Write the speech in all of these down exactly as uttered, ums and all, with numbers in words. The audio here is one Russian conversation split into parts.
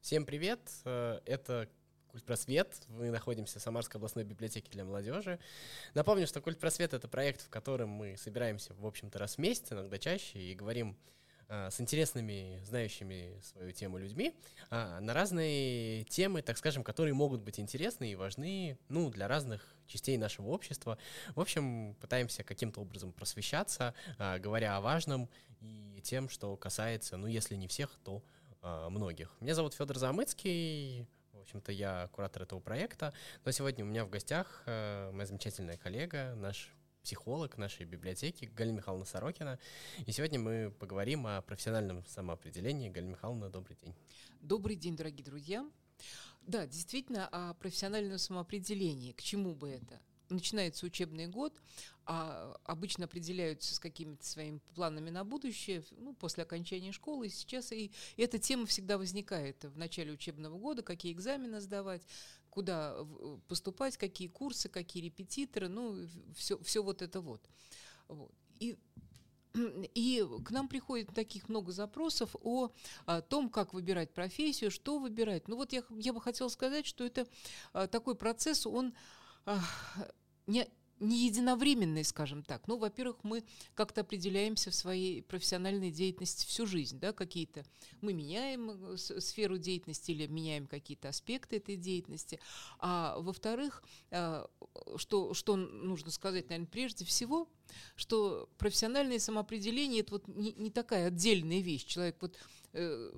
Всем привет! Э, Это Культпросвет. Мы находимся в Самарской областной библиотеке для молодежи. Напомню, что Культпросвет — это проект, в котором мы собираемся, в общем-то, раз в месяц, иногда чаще, и говорим а, с интересными, знающими свою тему людьми а, на разные темы, так скажем, которые могут быть интересны и важны, ну, для разных частей нашего общества. В общем, пытаемся каким-то образом просвещаться, а, говоря о важном и тем, что касается, ну, если не всех, то а, многих. Меня зовут Федор Замыцкий. В общем-то, я куратор этого проекта. Но сегодня у меня в гостях э, моя замечательная коллега, наш психолог нашей библиотеки Галина Михайловна Сорокина. И сегодня мы поговорим о профессиональном самоопределении. Галина Михайловна, добрый день. Добрый день, дорогие друзья. Да, действительно, о профессиональном самоопределении. К чему бы это? Начинается учебный год, а обычно определяются с какими-то своими планами на будущее, ну, после окончания школы. И сейчас и эта тема всегда возникает в начале учебного года, какие экзамены сдавать, куда поступать, какие курсы, какие репетиторы, ну, все, все вот это вот. вот. И И к нам приходит таких много запросов о, о том, как выбирать профессию, что выбирать. Ну вот я, я бы хотела сказать, что это а, такой процесс, он а, не, не единовременный, скажем так. Ну, во-первых, мы как-то определяемся в своей профессиональной деятельности всю жизнь, да, какие-то мы меняем сферу деятельности или меняем какие-то аспекты этой деятельности. А во-вторых, а, что, что нужно сказать, наверное, прежде всего, что профессиональное самоопределение — это вот не, не такая отдельная вещь. Человек вот э,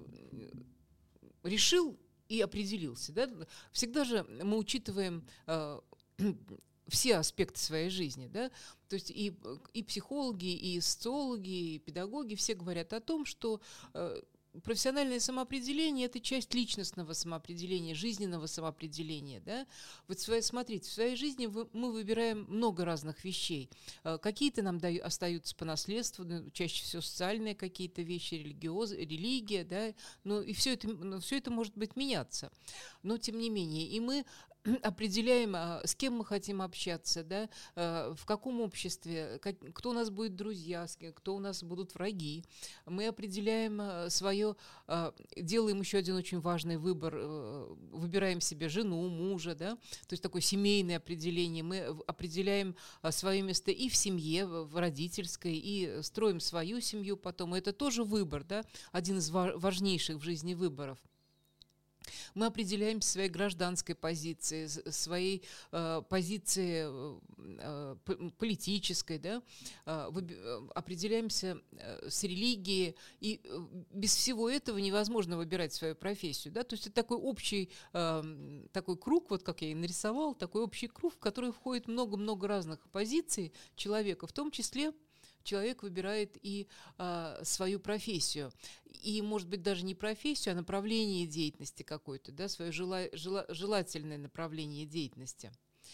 решил и определился. Да? Всегда же мы учитываем э, все аспекты своей жизни. Да? То есть и, и психологи, и социологи, и педагоги все говорят о том, что э, профессиональное самоопределение — это часть личностного самоопределения, жизненного самоопределения. Да? Вот свои, смотрите, в своей жизни вы, мы выбираем много разных вещей. Какие-то нам дают, остаются по наследству, чаще всего социальные какие-то вещи, религиоз, религия, да? Ну, и все это, ну, все это может быть меняться. Но тем не менее, и мы определяем, с кем мы хотим общаться, да, в каком обществе, кто у нас будет друзья, кто у нас будут враги. Мы определяем свое, делаем еще один очень важный выбор, выбираем себе жену, мужа, да, то есть такое семейное определение. Мы определяем свое место и в семье, в родительской, и строим свою семью потом. Это тоже выбор, да, один из важнейших в жизни выборов. Мы определяемся своей гражданской позицией, своей э, позицией э, политической, да? э, определяемся э, с религией, и э, без всего этого невозможно выбирать свою профессию. Да? То есть это такой общий э, такой круг, вот как я и нарисовал, такой общий круг, в который входит много-много разных позиций человека, в том числе человек выбирает и а, свою профессию. И, может быть, даже не профессию, а направление деятельности какое-то, да, свое жела, жела, желательное направление деятельности.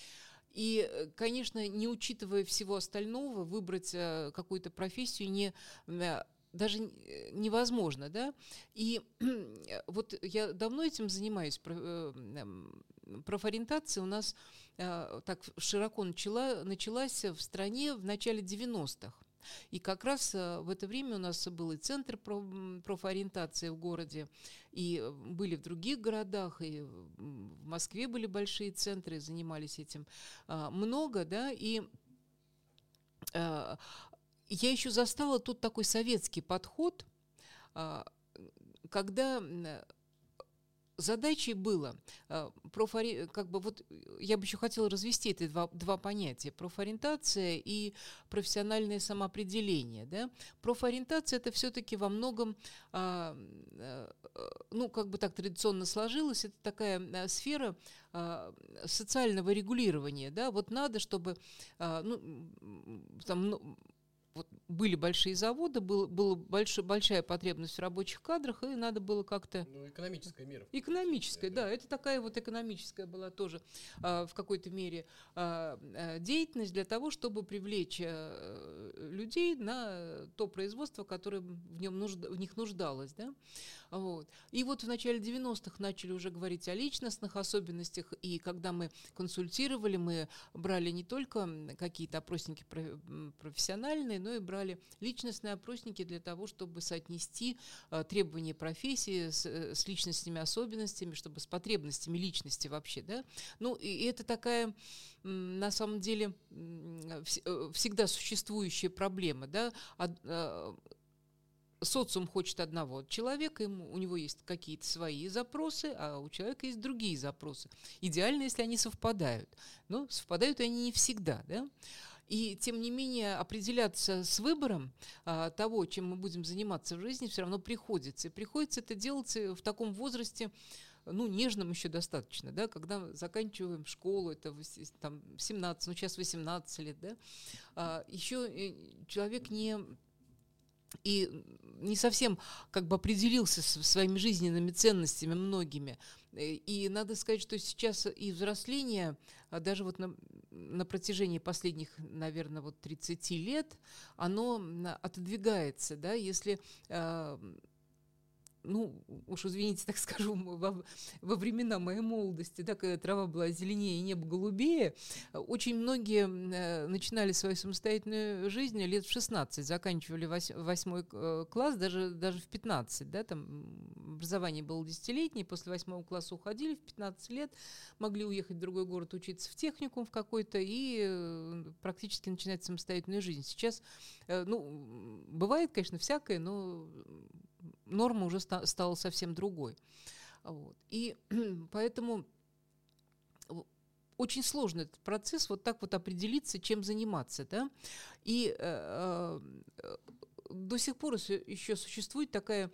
И, конечно, не учитывая всего остального, выбрать а, какую-то профессию не... даже невозможно, да, и вот я давно этим занимаюсь, профориентация у нас так широко начала, началась в стране в начале девяностых. И как раз в это время у нас был и центр профориентации в городе, и были в других городах, и в Москве были большие центры, занимались этим много, да, и я еще застала тут такой советский подход, когда задачей было, профори... как бы вот я бы еще хотела развести эти два, два понятия: профориентация и профессиональное самоопределение. Да? Профориентация — это все-таки во многом, ну, как бы так традиционно сложилось, это такая сфера социального регулирования. Да? Вот надо, чтобы, ну, там, ну, вот были большие заводы, была был больш, большая потребность в рабочих кадрах, и надо было как-то... Ну, экономическая мера. Экономическая, да, это такая вот экономическая была тоже а, в какой-то мере а, деятельность для того, чтобы привлечь а, людей на то производство, которое в, нем нужда, в них нуждалось. Да? Вот. И вот в начале девяностых начали уже говорить о личностных особенностях, и когда мы консультировали, мы брали не только какие-то опросники профессиональные, но и брали личностные опросники для того, чтобы соотнести э, требования профессии с, с личностными особенностями, чтобы с потребностями личности вообще, да. Ну, и, и это такая, м, на самом деле, м, вс- э, всегда существующая проблема, да. Од- э, социум хочет одного человека, ему, у него есть какие-то свои запросы, а у человека есть другие запросы. Идеально, если они совпадают. Но совпадают они не всегда, да. И, тем не менее, определяться с выбором а, того, чем мы будем заниматься в жизни, все равно приходится. И приходится это делать в таком возрасте, ну, нежном еще достаточно, да, когда заканчиваем школу, это там семнадцать, ну, сейчас восемнадцать лет, да, а, еще человек не... и не совсем как бы определился со своими жизненными ценностями многими. И надо сказать, что сейчас и взросление, даже вот на, на протяжении последних, наверное, вот тридцати лет, оно отодвигается, да, если... ну, уж извините, так скажу, во, во времена моей молодости, да, когда трава была зеленее и небо голубее, очень многие э, начинали свою самостоятельную жизнь лет в шестнадцать, заканчивали вось, восьмой класс, даже, даже в пятнадцать, да, там образование было десятилетнее, после восьмого класса уходили, в пятнадцать лет могли уехать в другой город учиться в техникум в какой-то и э, практически начинать самостоятельную жизнь. Сейчас, э, ну, бывает, конечно, всякое, но норма уже ста- стала совсем другой. Вот. И поэтому очень сложный этот процесс вот так вот определиться, чем заниматься. Да? И э, э, до сих пор еще существует такая,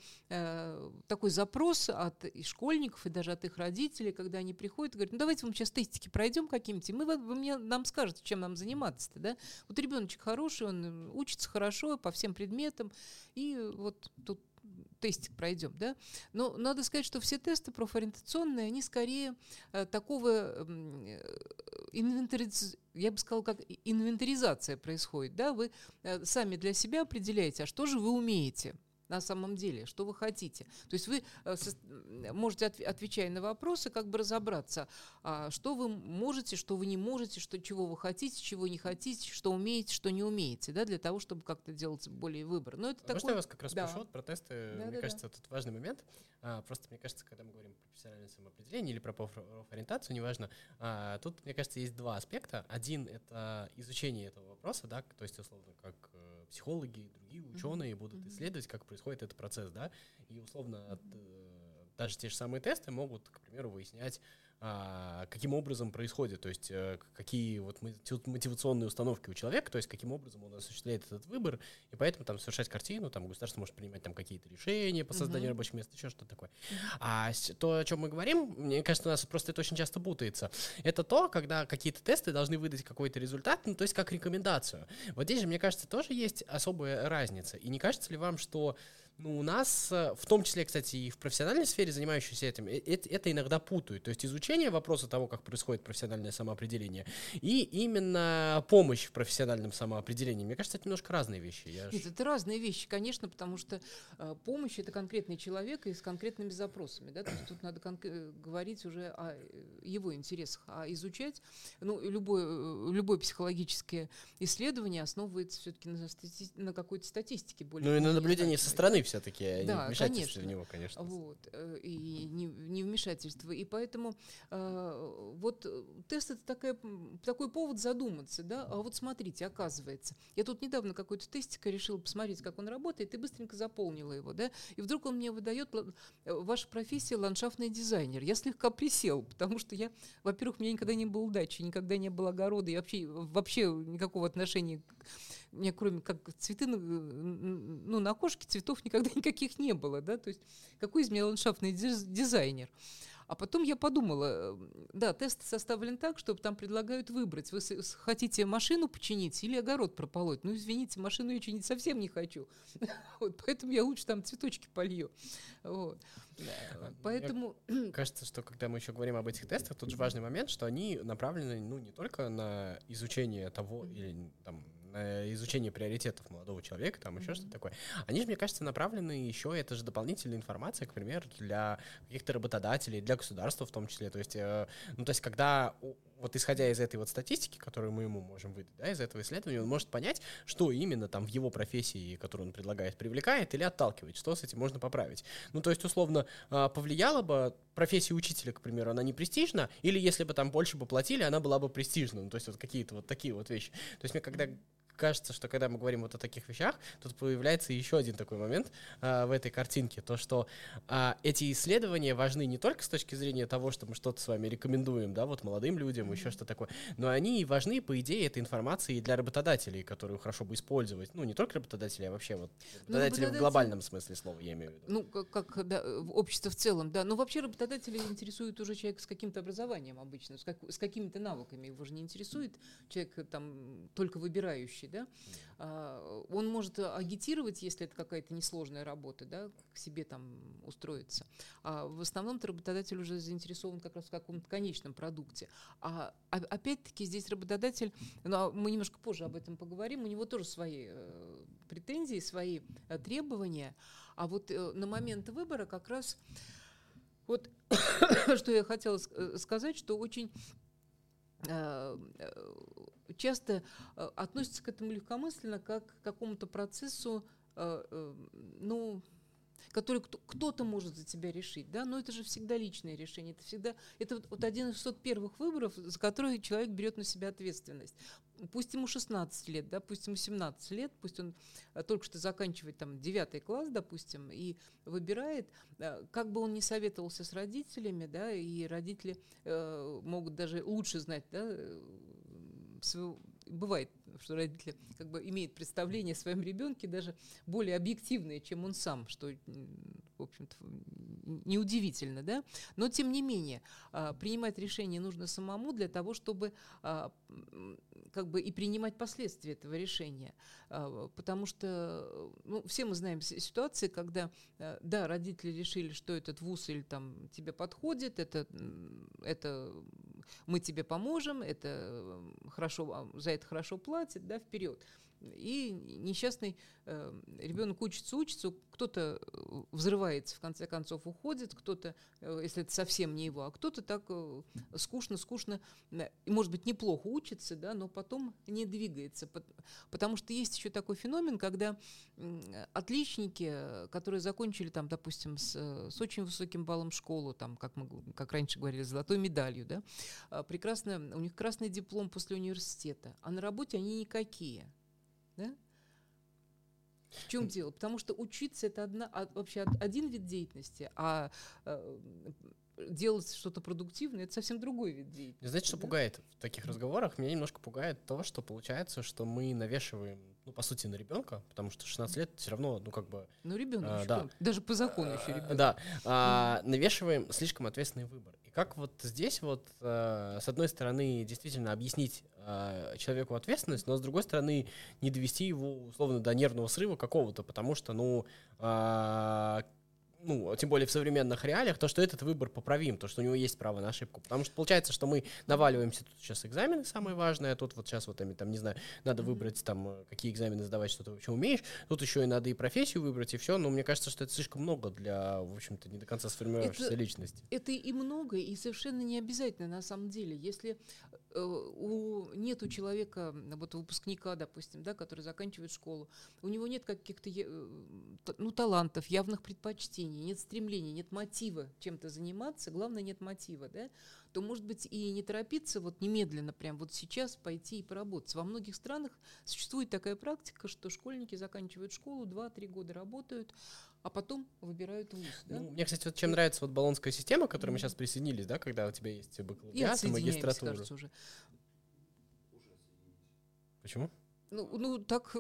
э, такой запрос от и школьников, и даже от их родителей, когда они приходят и говорят: ну давайте мы сейчас тестики пройдем какие-нибудь, и мы, вы мне, нам скажете, чем нам заниматься-то. Да? Вот ребеночек хороший, он учится хорошо по всем предметам, и вот тут тестик пройдем, да. Но надо сказать, что все тесты профориентационные, они скорее э, такого э, инвентариз... я бы сказала, как инвентаризация происходит, да. Вы э, сами для себя определяете, а что же вы умеете на самом деле, что вы хотите. То есть вы э, со, можете, от, отвечая на вопросы, как бы разобраться, а, что вы можете, что вы не можете, что, чего вы хотите, чего не хотите, что умеете, что не умеете, да, для того, чтобы как-то делать более выбор. Но это а такой... Можно я вас как раз да. спрошу про тесты? Да, мне да, кажется, да. тут важный момент. А, просто мне кажется, когда мы говорим про профессиональное самоопределение или про профориентацию, неважно, а, тут, мне кажется, есть два аспекта. Один — это изучение этого вопроса, да, то есть, условно, как э, психологи и другие ученые mm-hmm. будут исследовать, как происходит этот процесс, да, и, условно, mm-hmm. от, э, даже те же самые тесты могут, к примеру, выяснять, а, каким образом происходит, то есть э, какие вот мотивационные установки у человека, то есть каким образом он осуществляет этот выбор, и поэтому там совершать картину, там государство может принимать там какие-то решения по созданию uh-huh. рабочих мест, еще что-то такое. Uh-huh. А то, о чем мы говорим, мне кажется, у нас просто это очень часто путается. Это то, когда какие-то тесты должны выдать какой-то результат, ну, то есть как рекомендацию. Вот здесь же, мне кажется, тоже есть особая разница. И не кажется ли вам, что ну, у нас, в том числе, кстати, и в профессиональной сфере, занимающейся этим, это, это иногда путают. То есть изучение вопроса того, как происходит профессиональное самоопределение, и именно помощь в профессиональном самоопределении. Мне кажется, это немножко разные вещи. Я Нет, ж... это разные вещи, конечно, потому что э, помощь — это конкретный человек и с конкретными запросами. Да? То есть тут надо кон- говорить уже о его интересах, а изучать, ну, любое, любое психологическое исследование основывается все-таки на, стати... на какой-то статистике. Более ну и на наблюдении со стороны все-таки, а да, не вмешательство конечно. в него, конечно. Вот, и не, не вмешательство. И поэтому э, вот тест — это такая, такой повод задуматься, да, а вот смотрите, оказывается, я тут недавно какой-то тестик решила посмотреть, как он работает, и быстренько заполнила его, да, и вдруг он мне выдает: ваша профессия — ландшафтный дизайнер. Я слегка присела, потому что я, во-первых, у меня никогда не было дачи, никогда не было огорода, и вообще, вообще никакого отношения к... У меня, кроме как цветы, ну, на окошке цветов никогда никаких не было, да, то есть какой из меня ландшафтный дизайнер? А потом я подумала, да, тест составлен так, что там предлагают выбрать, вы хотите машину починить или огород прополоть. Ну, извините, машину я чинить совсем не хочу, вот, поэтому я лучше там цветочки полью. Вот. Да, поэтому... Мне кажется, что когда мы еще говорим об этих тестах, тут же важный момент, что они направлены, ну, не только на изучение того, или там, на изучение приоритетов молодого человека, там еще mm-hmm. что-то такое. Они же, мне кажется, направлены еще, это же дополнительная информация, к примеру, для каких-то работодателей, для государства в том числе. То есть, э, ну, то есть, когда, вот исходя из этой вот статистики, которую мы ему можем выдать, да, из этого исследования, он может понять, что именно там в его профессии, которую он предлагает, привлекает или отталкивает, что с этим можно поправить. Ну, то есть, условно, э, повлияло бы профессия учителя, к примеру, она не престижна, или если бы там больше бы платили, она была бы престижна. Ну, то есть, вот какие-то вот такие вот вещи. То есть, мне когда кажется, что когда мы говорим вот о таких вещах, тут появляется еще один такой момент а, в этой картинке, то, что а, эти исследования важны не только с точки зрения того, что мы что-то с вами рекомендуем, да, вот молодым людям, mm-hmm. еще что-то такое, но они важны, по идее, этой информации и для работодателей, которую хорошо бы использовать. Ну, не только работодателей, а вообще вот работодатели ну, в глобальном смысле слова, я имею в виду. Ну, как, как да, общество в целом, да. Но вообще работодатели интересует уже человек с каким-то образованием обычно, с, как, с какими-то навыками. Его же не интересует человек там только выбирающий, да, а, он может агитировать, если это какая-то несложная работа, да, к себе там устроиться. А в основном-то работодатель уже заинтересован как раз в каком-то конечном продукте. А, а опять-таки здесь работодатель, ну, мы немножко позже об этом поговорим, у него тоже свои э, претензии, свои э, требования. А вот э, на момент выбора как раз вот что я хотела сказать, что очень часто относятся к этому легкомысленно, как к какому-то процессу, ну, который кто-то может за тебя решить, да, но это же всегда личное решение, это всегда, это вот, вот один из сот первых выборов, за который человек берет на себя ответственность. Пусть ему шестнадцать лет, да, пусть ему семнадцать лет, пусть он только что заканчивает там девятый класс, допустим, и выбирает, как бы он ни советовался с родителями, да, и родители э, могут даже лучше знать, да, своего, бывает, что родители как бы имеют представление о своем ребенке даже более объективное, чем он сам, что, в общем-то, неудивительно, да? Но, тем не менее, принимать решение нужно самому для того, чтобы как бы и принимать последствия этого решения. Потому что, ну, все мы знаем ситуации, когда, да, родители решили, что этот вуз или там тебе подходит, это, это мы тебе поможем, это хорошо, за это хорошо платят, да, вперед. И несчастный э, ребенок учится, учится, кто-то взрывается, в конце концов уходит, кто-то, э, если это совсем не его, а кто-то так э, скучно, скучно, э, и, может быть, неплохо учится, да, но потом не двигается. Потому что есть еще такой феномен, когда э, отличники, которые закончили, там, допустим, с, с очень высоким баллом школу, там, как, мы, как раньше говорили, золотой медалью, да, э, прекрасно, у них красный диплом после университета, а на работе они никакие. Да? В чем дело? Потому что учиться — это одна, вообще один вид деятельности, а э, делать что-то продуктивное — это совсем другой вид деятельности. Знаете, что да? пугает в таких разговорах? Меня немножко пугает то, что получается, что мы навешиваем, ну, по сути, на ребенка, потому что шестнадцать лет все равно, ну, как бы... Ну, ребенок а, еще, да. даже по закону еще ребенок. Да, а, навешиваем слишком ответственный выбор. И как вот здесь вот, а, с одной стороны, действительно объяснить а, человеку ответственность, но с другой стороны, не довести его, условно, до нервного срыва какого-то, потому что, ну... А, ну, тем более в современных реалиях, то, что этот выбор поправим, то, что у него есть право на ошибку. Потому что получается, что мы наваливаемся, тут сейчас экзамены самое важное, тут вот сейчас вот, там, не знаю, надо выбрать, там, какие экзамены сдавать, что ты вообще умеешь, тут еще и надо и профессию выбрать, и все, но мне кажется, что это слишком много для, в общем-то, не до конца сформировавшейся личности. Это и много, и совершенно не обязательно на самом деле. Если э, у, нет у человека, вот выпускника, допустим, да, который заканчивает школу, у него нет каких-то, э, ну, талантов, явных предпочтений, нет стремления, нет мотива чем-то заниматься, главное, нет мотива, да, то, может быть, и не торопиться вот немедленно, прям вот сейчас пойти и поработать. Во многих странах существует такая практика, что школьники заканчивают школу, два-три года работают, а потом выбирают вуз. Да? Ну, мне, кстати, вот чем и... нравится вот болонская система, к которой mm-hmm. мы сейчас присоединились, да, когда у тебя есть бакалавриат и магистратура. Кажется, уже. Почему? Ну, ну так,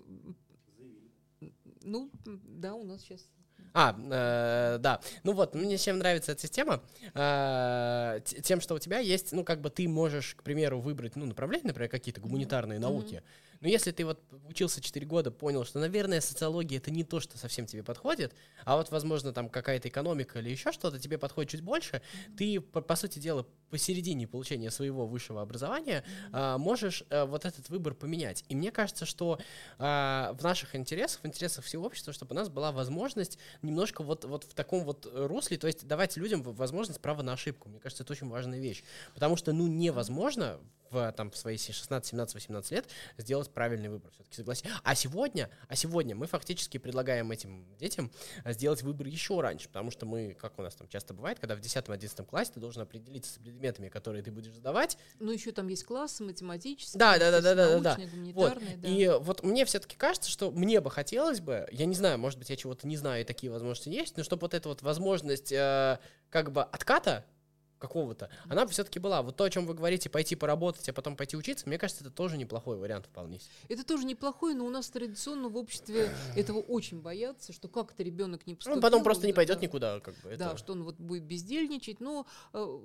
ну, да, у нас сейчас... А, э, да. Ну вот, мне чем нравится эта система, э, тем, что у тебя есть, ну, как бы ты можешь, к примеру, выбрать, ну, направление, например, какие-то гуманитарные mm-hmm. науки, Но если ты вот учился четыре года, понял, что, наверное, социология — это не то, что совсем тебе подходит, а вот, возможно, там какая-то экономика или еще что-то тебе подходит чуть больше, mm-hmm. ты, по, по сути дела, посередине получения своего высшего образования mm-hmm. а, можешь а, вот этот выбор поменять. И мне кажется, что а, в наших интересах, в интересах всего общества, чтобы у нас была возможность немножко вот, вот в таком вот русле, то есть давать людям возможность права на ошибку. Мне кажется, это очень важная вещь. Потому что, ну, невозможно в, там, в свои шестнадцать, семнадцать, восемнадцать лет сделать правильный выбор. Все-таки согласен. А сегодня, а сегодня мы фактически предлагаем этим детям сделать выбор еще раньше, потому что мы, как у нас там часто бывает, когда в десятом-одиннадцатом классе ты должен определиться с предметами, которые ты будешь сдавать. Ну, еще там есть классы математические, да, да, да, да, да, да. Вот. Да. И вот мне все-таки кажется, что мне бы хотелось бы, я не знаю, может быть, я чего-то не знаю, и такие возможности есть, но чтобы вот эта вот возможность э, как бы отката какого-то, она бы все-таки была. Вот то, о чем вы говорите, пойти поработать, а потом пойти учиться, мне кажется, это тоже неплохой вариант вполне. Это тоже неплохой, но у нас традиционно в обществе этого очень боятся, что как-то ребенок не поступил. Он потом просто не пойдет да, никуда. Как бы, да, это... что он вот будет бездельничать, но э,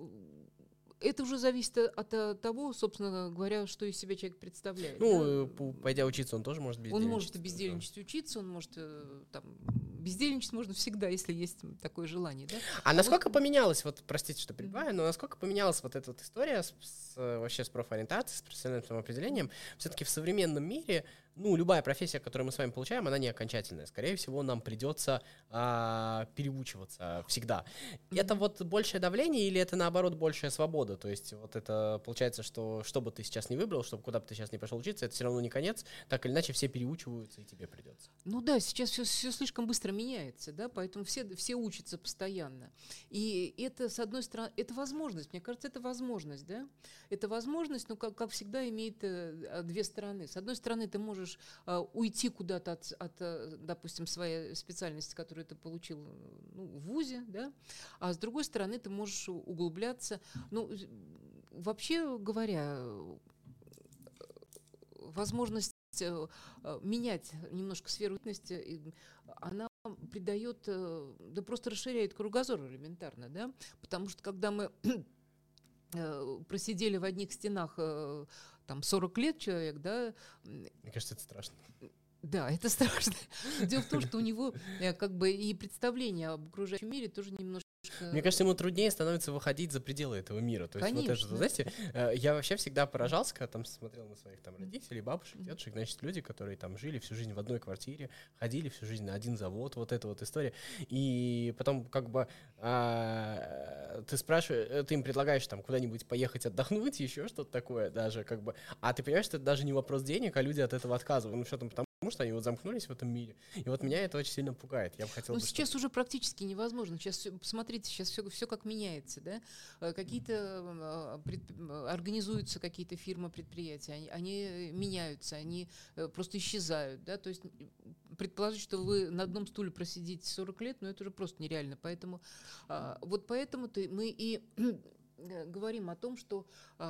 это уже зависит от, от того, собственно говоря, что из себя человек представляет. Ну, да? Пойдя учиться, он тоже может бездельничать. Он может и бездельничать, да. учиться, он может там, бездельничать можно всегда, если есть такое желание. Да? А, а насколько вот... поменялось, вот, простите, что перебиваю, но насколько поменялась вот эта вот история с, с, вообще с профориентацией, с профессиональным самоопределением? Все-таки в современном мире, ну, любая профессия, которую мы с вами получаем, она не окончательная. Скорее всего, нам придется а, переучиваться всегда. Mm-hmm. Это вот большее давление или это, наоборот, большая свобода? То есть вот это получается, что что бы ты сейчас не выбрал, чтобы куда бы ты сейчас не пошел учиться, это все равно не конец. Так или иначе все переучиваются, и тебе придется. Ну да, сейчас все, все слишком быстро меняется, да, поэтому все, все учатся постоянно. И это, с одной стороны, это возможность, мне кажется, это возможность, да. Это возможность, но, как, как всегда, имеет э, две стороны. С одной стороны, ты можешь э, уйти куда-то от, от, допустим, своей специальности, которую ты получил ну, в вузе, да, а с другой стороны, ты можешь углубляться. Ну, вообще говоря, возможность менять немножко сферу деятельности, она придает, да просто расширяет кругозор элементарно, да, потому что когда мы просидели в одних стенах там сорок лет человек, да. Мне кажется, это страшно. Да, это страшно. Дело в том, что у него как бы и представление об окружающем мире тоже немножко... Мне кажется, ему труднее становится выходить за пределы этого мира. То есть Конечно. Вот это, знаете, я вообще всегда поражался, когда там смотрел на своих там родителей, бабушек, дедушек, значит, люди, которые там жили всю жизнь в одной квартире, ходили всю жизнь на один завод, вот эта вот история. И потом как бы а, ты спрашиваешь, ты им предлагаешь там куда-нибудь поехать отдохнуть, еще что-то такое даже как бы. А ты понимаешь, что это даже не вопрос денег, а люди от этого отказывают. Ну что там, потому Потому что они вот замкнулись в этом мире. И вот меня это очень сильно пугает. Я бы хотел Но бы, сейчас чтобы... уже практически невозможно. Сейчас, посмотрите, сейчас все, все как меняется. Да? Какие-то пред... организуются какие-то фирмы, предприятия, они, они меняются, они просто исчезают. Да? То есть предположить, что вы на одном стуле просидите сорок лет, ну это уже просто нереально. Поэтому, вот поэтому-то мы и говорим о том, что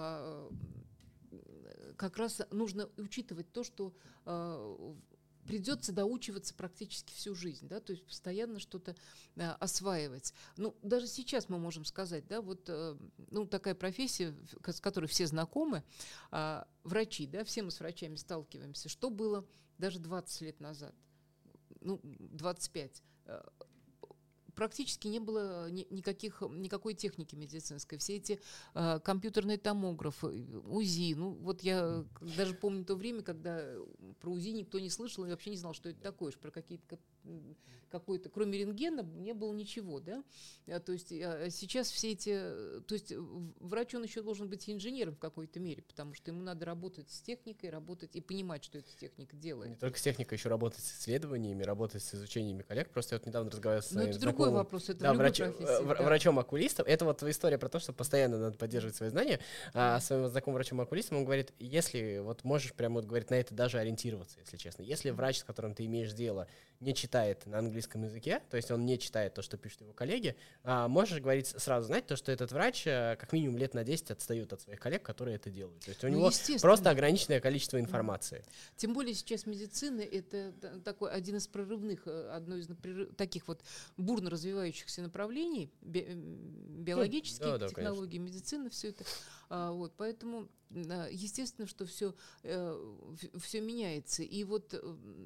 как раз нужно учитывать то, что э, придется доучиваться практически всю жизнь, да, то есть постоянно что-то э, осваивать. Ну, даже сейчас мы можем сказать, да, вот, э, ну, такая профессия, с которой все знакомы, э, врачи, да, все мы с врачами сталкиваемся. Что было даже двадцать лет назад, ну, двадцать пять. Практически не было ни, никаких, никакой техники медицинской. Все эти э, компьютерные томографы, УЗИ. Ну, вот я даже помню то время, когда про УЗИ никто не слышал и вообще не знал, что это такое. Про какие-то, какой-то, кроме рентгена, не было ничего. Да? А, то есть а сейчас все эти... То есть врач, он еще должен быть инженером в какой-то мере, потому что ему надо работать с техникой, работать и понимать, что эта техника делает. Не только с техникой, еще работать с исследованиями, работать с изучениями коллег. Просто я вот недавно разговаривал с своим знакомым. Вопрос, это да, в врач, профессии, в, да. врачом-окулистом. Это вот история про то, что постоянно надо поддерживать свои знания. А своим знакомым врачом-окулистом он говорит, если вот можешь прямо вот говорит на это даже ориентироваться, если честно. Если врач, с которым ты имеешь дело, не читает читает на английском языке, то есть он не читает то, что пишут его коллеги, а можешь говорить сразу, знать то, что этот врач как минимум лет на десять отстает от своих коллег, которые это делают. То есть у ну, него просто ограниченное количество информации. Тем более сейчас медицина — это такой один из прорывных, одно из таких вот бурно развивающихся направлений, би биологические ну, да, да, технологии, конечно. Медицина, все это. А, вот, поэтому, естественно, что все, все меняется. И вот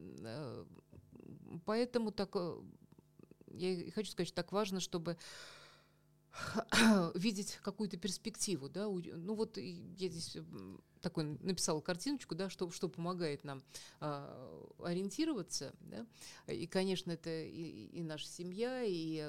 поэтому так, я хочу сказать, что так важно, чтобы видеть какую-то перспективу, да, ну вот я здесь такой написала картиночку, да, что, что помогает нам а, ориентироваться, да, и, конечно, это и, и наша семья, и,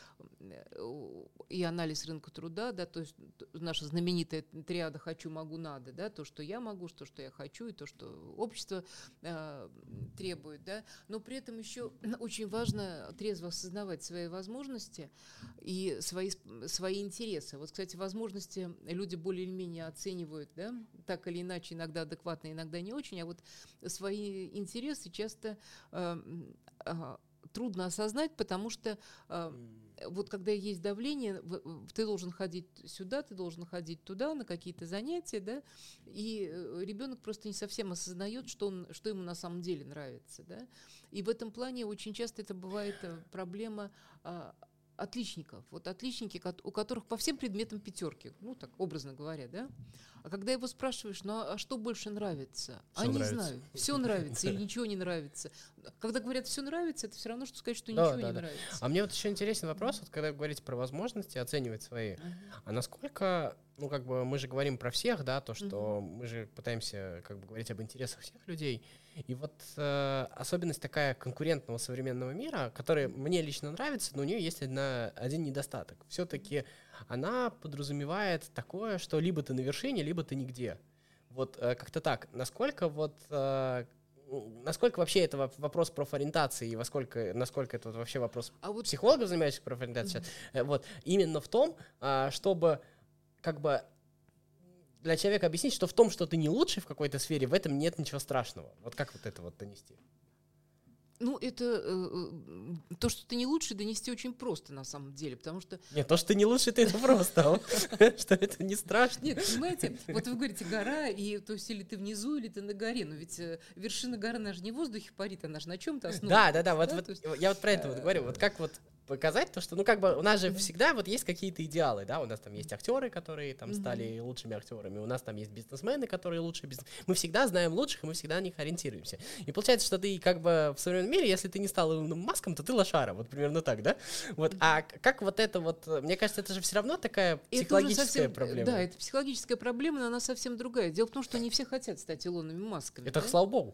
и анализ рынка труда, да, то есть наша знаменитая триада «хочу, могу, надо», да, то, что я могу, то, что я хочу, и то, что общество а, требует, да, но при этом еще очень важно трезво осознавать свои возможности и свои, свои интересы. Вот, кстати, возможности люди более или менее оценивают, да, так или иначе, иногда адекватно, иногда не очень, а вот свои интересы часто э, э, трудно осознать, потому что э, вот когда есть давление, ты должен ходить сюда, ты должен ходить туда на какие-то занятия, да, и ребенок просто не совсем осознает, что, он, что ему на самом деле нравится, да, и в этом плане очень часто это бывает проблема э, отличников. Вот отличники, у которых по всем предметам пятерки, ну так образно говоря, да. А когда его спрашиваешь, ну а что больше нравится? Все а нравится. Не знаю, все нравится или ничего не нравится. Когда говорят все нравится, это все равно, что сказать, что ничего не нравится. А мне вот еще интересен вопрос, вот когда вы говорите про возможности, оценивать свои, а насколько, ну как бы мы же говорим про всех, да, то, что мы же пытаемся как бы говорить об интересах всех людей, и вот э, особенность такая конкурентного современного мира, которая мне лично нравится, но у нее есть одна, один недостаток. Все-таки она подразумевает такое, что либо ты на вершине, либо ты нигде. Вот э, как-то так. Насколько вот э, насколько вообще это вопрос профориентации и во сколько, насколько это вообще вопрос а вот... психологов, занимающихся профориентацией, mm-hmm. вот именно в том, э, чтобы как бы для человека объяснить, что в том, что ты не лучший в какой-то сфере, в этом нет ничего страшного. Вот как вот это вот донести? Ну, это э, то, что ты не лучший, донести очень просто на самом деле, потому что... Нет, то, что ты не лучший, это просто, что это не страшно. Нет, понимаете, вот вы говорите гора, и то есть или ты внизу, или ты на горе, но ведь вершина горы, она же не в воздухе парит, она же на чем-то основана. Да, да, да, вот я вот про это вот говорю, вот как вот показать то, что, ну, как бы у нас же всегда вот есть какие-то идеалы, да, у нас там есть актеры, которые там стали mm-hmm. лучшими актерами, у нас там есть бизнесмены, которые лучшие бизнесмены. Мы всегда знаем лучших, и мы всегда на них ориентируемся. И получается, что ты как бы в современном мире, если ты не стал Илоном Маском, то ты лошара, вот примерно так, да? Вот, а как вот это вот, мне кажется, это же все равно такая психологическая совсем, проблема. Да, это психологическая проблема, но она совсем другая. Дело в том, что не все хотят стать Илонами Масками. Это да? Слава богу.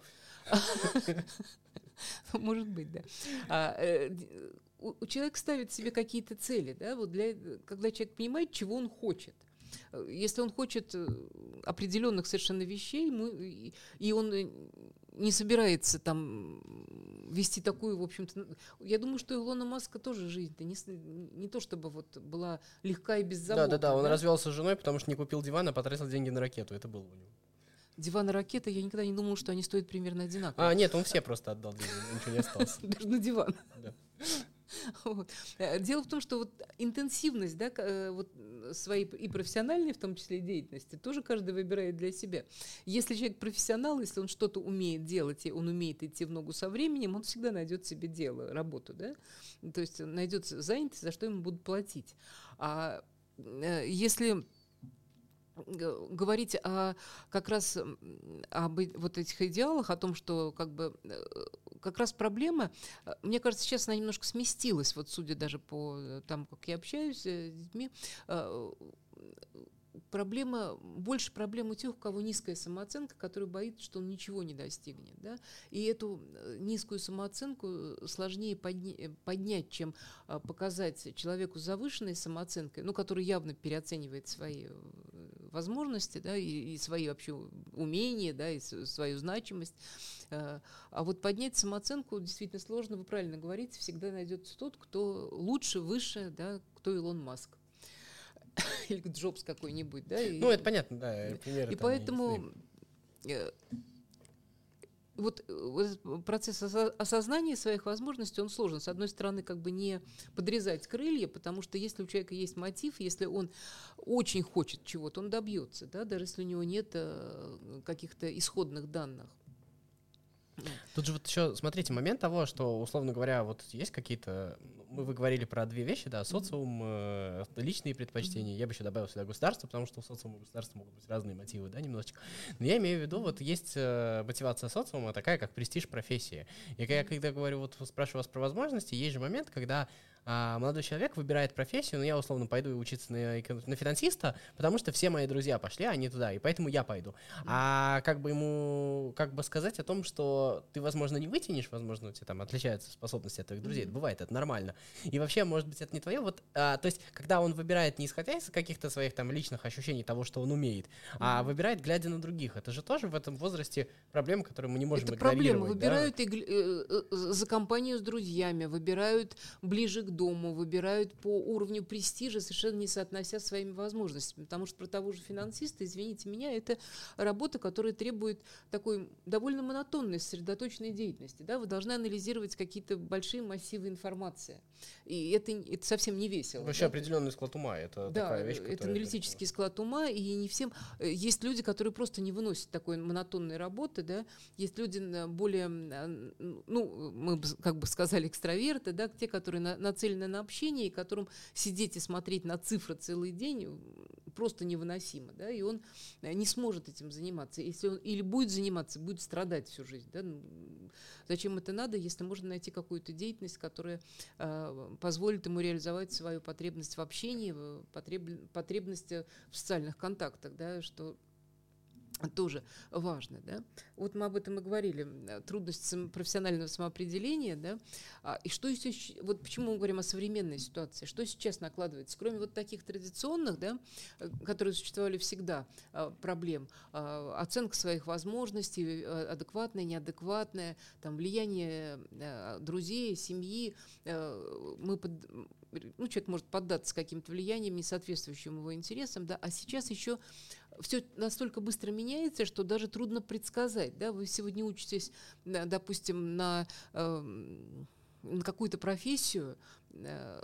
Может быть, да. А, э, у, у человека ставит себе какие-то цели, да, вот для, когда человек понимает, чего он хочет. Если он хочет определенных совершенно вещей, мы, и, и он не собирается там вести такую, в общем-то, я думаю, что у Илона Маска тоже жизнь-то не, не то, чтобы вот была легка и беззаботна. Да-да-да, он да? развелся с женой, потому что не купил диван, а потратил деньги на ракету, это было у него. Диван и ракета, я никогда не думала, что они стоят примерно одинаково. А, нет, он все просто отдал деньги, ничего не осталось. Даже на диван. Да. Вот. Дело в том, что вот интенсивность, да, вот своей и профессиональной, в том числе, деятельности, тоже каждый выбирает для себя. Если человек профессионал, если он что-то умеет делать, и он умеет идти в ногу со временем, он всегда найдет себе дело, работу, да? То есть найдет занятость, за что ему будут платить. А если говорить о, как раз об вот этих идеалах, о том, что как бы как раз проблема, мне кажется, сейчас она немножко сместилась, вот судя даже по тому, как я общаюсь с детьми, проблема, больше проблем у тех, у кого низкая самооценка, который боится, что он ничего не достигнет. Да? И эту низкую самооценку сложнее подня- поднять, чем показать человеку с завышенной самооценкой, ну, который явно переоценивает свои возможности, да, и, и свои вообще умения, да, и свою значимость. А вот поднять самооценку действительно сложно, вы правильно говорите, всегда найдется тот, кто лучше, выше, да, кто Илон Маск. Или Джобс какой-нибудь, да? И, ну, это понятно, да. Примеры и поэтому вот, вот процесс осознания своих возможностей, он сложен. С одной стороны, как бы не подрезать крылья, потому что если у человека есть мотив, если он очень хочет чего-то, он добьется, да, даже если у него нет э, каких-то исходных данных. Тут же вот еще, смотрите, момент того, что, условно говоря, вот есть какие-то... Мы вы говорили про две вещи, да, социум, э, личные предпочтения. Я бы еще добавил сюда государство, потому что у социума и государства могут быть разные мотивы, да, немножечко. Но я имею в виду, вот есть э, мотивация социума такая, как престиж профессии. И я когда говорю, вот спрашиваю вас про возможности, есть же момент, когда а молодой человек выбирает профессию, ну, я условно пойду учиться на, на финансиста, потому что все мои друзья пошли, а не туда, и поэтому я пойду. Mm-hmm. А как бы ему, как бы сказать о том, что ты, возможно, не вытянешь, возможно, у тебя там отличаются способности от твоих друзей, mm-hmm. это бывает, это нормально. И вообще, может быть, это не твое. Вот, а, то есть, когда он выбирает не исходя из каких-то своих там личных ощущений того, что он умеет, mm-hmm. а выбирает, глядя на других. Это же тоже в этом возрасте проблема, которую мы не можем это игнорировать. Проблема. Выбирают да? игли- за компанию с друзьями, выбирают ближе к дому, выбирают по уровню престижа, совершенно не соотнося с своими возможностями. Потому что про того же финансиста, извините меня, это работа, которая требует такой довольно монотонной, сосредоточенной деятельности. Да? Вы должны анализировать какие-то большие массивы информации. И это, это совсем не весело. Вообще да? определенный склад ума. Это да, такая вещь, это аналитический склад ума, и не всем... Есть люди, которые просто не выносят такой монотонной работы, да? Есть люди более, ну, мы как бы сказали, экстраверты, да, те, которые на, нацелены на общение, и которым сидеть и смотреть на цифры целый день просто невыносимо, да, и он не сможет этим заниматься. Если он или будет заниматься, будет страдать всю жизнь, да. Зачем это надо, если можно найти какую-то деятельность, которая э, позволит ему реализовать свою потребность в общении, потреб, потребность в социальных контактах, да, что тоже важно, да. Вот мы об этом и говорили, трудность профессионального самоопределения, да, а, и что еще, вот почему мы говорим о современной ситуации, что сейчас накладывается, кроме вот таких традиционных, да, которые существовали всегда, а, проблем, а, оценка своих возможностей, адекватная, неадекватная, там, влияние а, друзей, семьи, а, мы под, ну, человек может поддаться каким-то влияниям, не соответствующим его интересам, да, а сейчас еще все настолько быстро меняется, что даже трудно предсказать. Да? Вы сегодня учитесь, допустим, на, э, на какую-то профессию, э,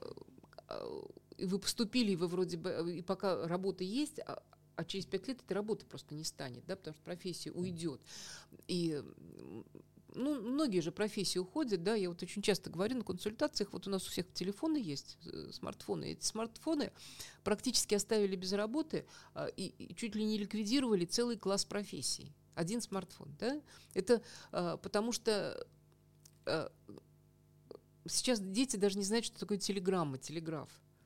и вы поступили, и вы вроде бы, и пока работа есть, а, а через пять лет этой работы просто не станет, да? Потому что профессия уйдет. И ну, многие же профессии уходят, да, я вот очень часто говорю на консультациях, вот у нас у всех телефоны есть, смартфоны, эти смартфоны практически оставили без работы а, и, и чуть ли не ликвидировали целый класс профессий. Один смартфон, да, это а, потому что а, сейчас дети даже не знают, что такое телеграмма, телеграф.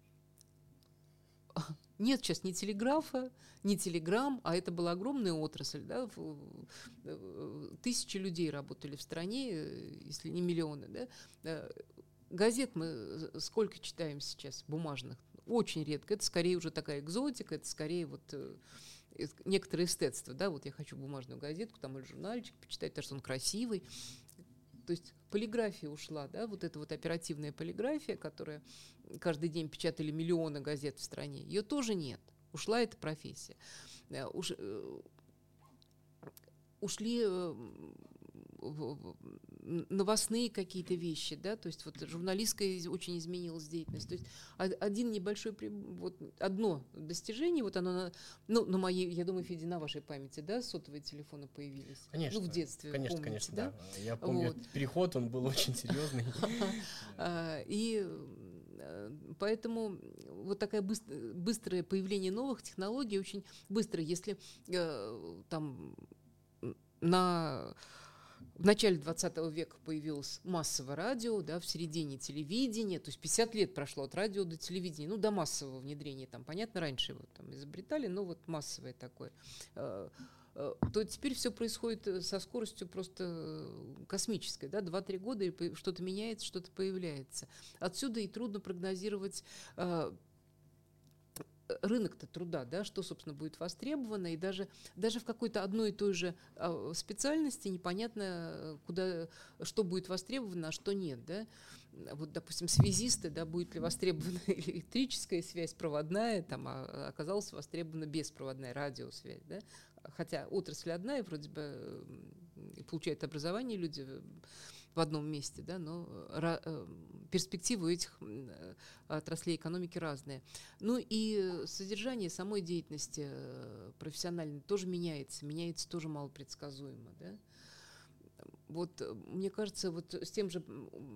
Нет сейчас ни телеграфа, ни телеграмм, а это была огромная отрасль. Да? Тысячи людей работали в стране, если не миллионы. Да? Газет мы сколько читаем сейчас, бумажных? Очень редко. Это скорее уже такая экзотика, это скорее вот некоторое эстетство. Да? Вот я хочу бумажную газетку там, или журнальчик почитать, потому что он красивый. То есть полиграфия ушла, да, вот эта вот оперативная полиграфия, которая каждый день печатали миллионы газет в стране, ее тоже нет. Ушла эта профессия. Уш, ушли новостные какие-то вещи, да, то есть вот журналистская очень изменилась деятельность. То есть один небольшой, вот одно достижение, вот оно, ну, на моей, я думаю, Федя, на вашей памяти, да, сотовые телефоны появились? Конечно. Ну, в детстве, конечно, помните, конечно, да? да. Я помню, вот. Переход, он был очень серьезный. И поэтому вот такое быстрое появление новых технологий, очень быстро, если там на... В начале двадцатого века появилось массовое радио, да, в середине телевидения, то есть пятьдесят лет прошло от радио до телевидения, ну, до массового внедрения, там, понятно, раньше его там изобретали, но вот массовое такое, то теперь все происходит со скоростью просто космической, да, два-три года, и что-то меняется, что-то появляется. Отсюда и трудно прогнозировать рынок-то труда, да, что, собственно, будет востребовано, и даже, даже в какой-то одной и той же а, специальности непонятно, куда, что будет востребовано, а что нет, да. Вот, допустим, связисты, да, будет ли востребована электрическая связь, проводная, там, а оказалась востребована беспроводная радиосвязь, да. Хотя отрасль одна, и вроде бы получают образование люди в одном месте, да, но перспективы у этих отраслей экономики разные. Ну и содержание самой деятельности профессиональной тоже меняется, меняется тоже малопредсказуемо, да. Вот мне кажется, вот с тем же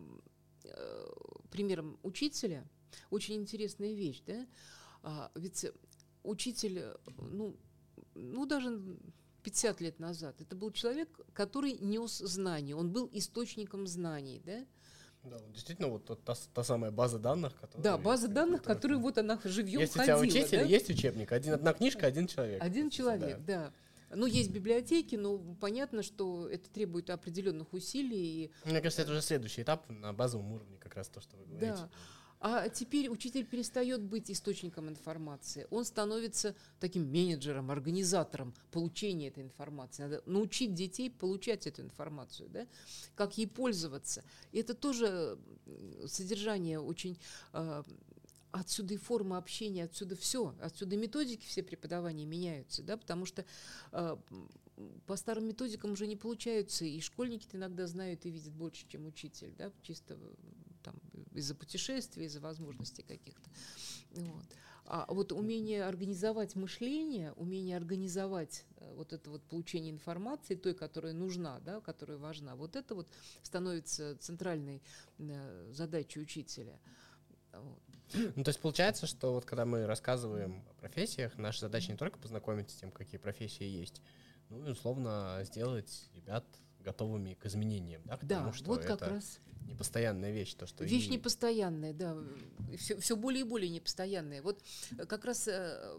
примером учителя очень интересная вещь, да, а, ведь учитель, ну, ну даже пятьдесят лет назад это был человек, который нес знания, он был источником знаний, да. Да, действительно, вот та, та самая база данных, которая... Да, база данных, которая вот она живьем есть ходила. Есть у тебя учитель, да? Есть учебник, один, одна книжка, один человек. Один человек, да. да. Ну, есть библиотеки, но понятно, что это требует определенных усилий. И... Мне кажется, это уже следующий этап на базовом уровне, как раз то, что вы говорите. Да. А теперь учитель перестает быть источником информации. Он становится таким менеджером, организатором получения этой информации. Надо научить детей получать эту информацию, да? Как ей пользоваться. И это тоже содержание очень... Э, отсюда и форма общения, отсюда все. Отсюда методики все преподавания меняются, да? Потому что... Э, по старым методикам уже не получаются, и школьники иногда знают и видят больше, чем учитель, да, чисто там, из-за путешествий, из-за возможностей каких-то. Вот. А вот умение организовать мышление, умение организовать вот это вот получение информации, той, которая нужна, да, которая важна, вот это вот становится центральной задачей учителя. Вот. Ну, то есть получается, что вот когда мы рассказываем о профессиях, наша задача не только познакомить с тем, какие профессии есть, ну и условно сделать ребят готовыми к изменениям, да, потому да, что вот как это раз непостоянная вещь. То, что вещь и... непостоянная, да, все, все более и более непостоянная. Вот как раз э,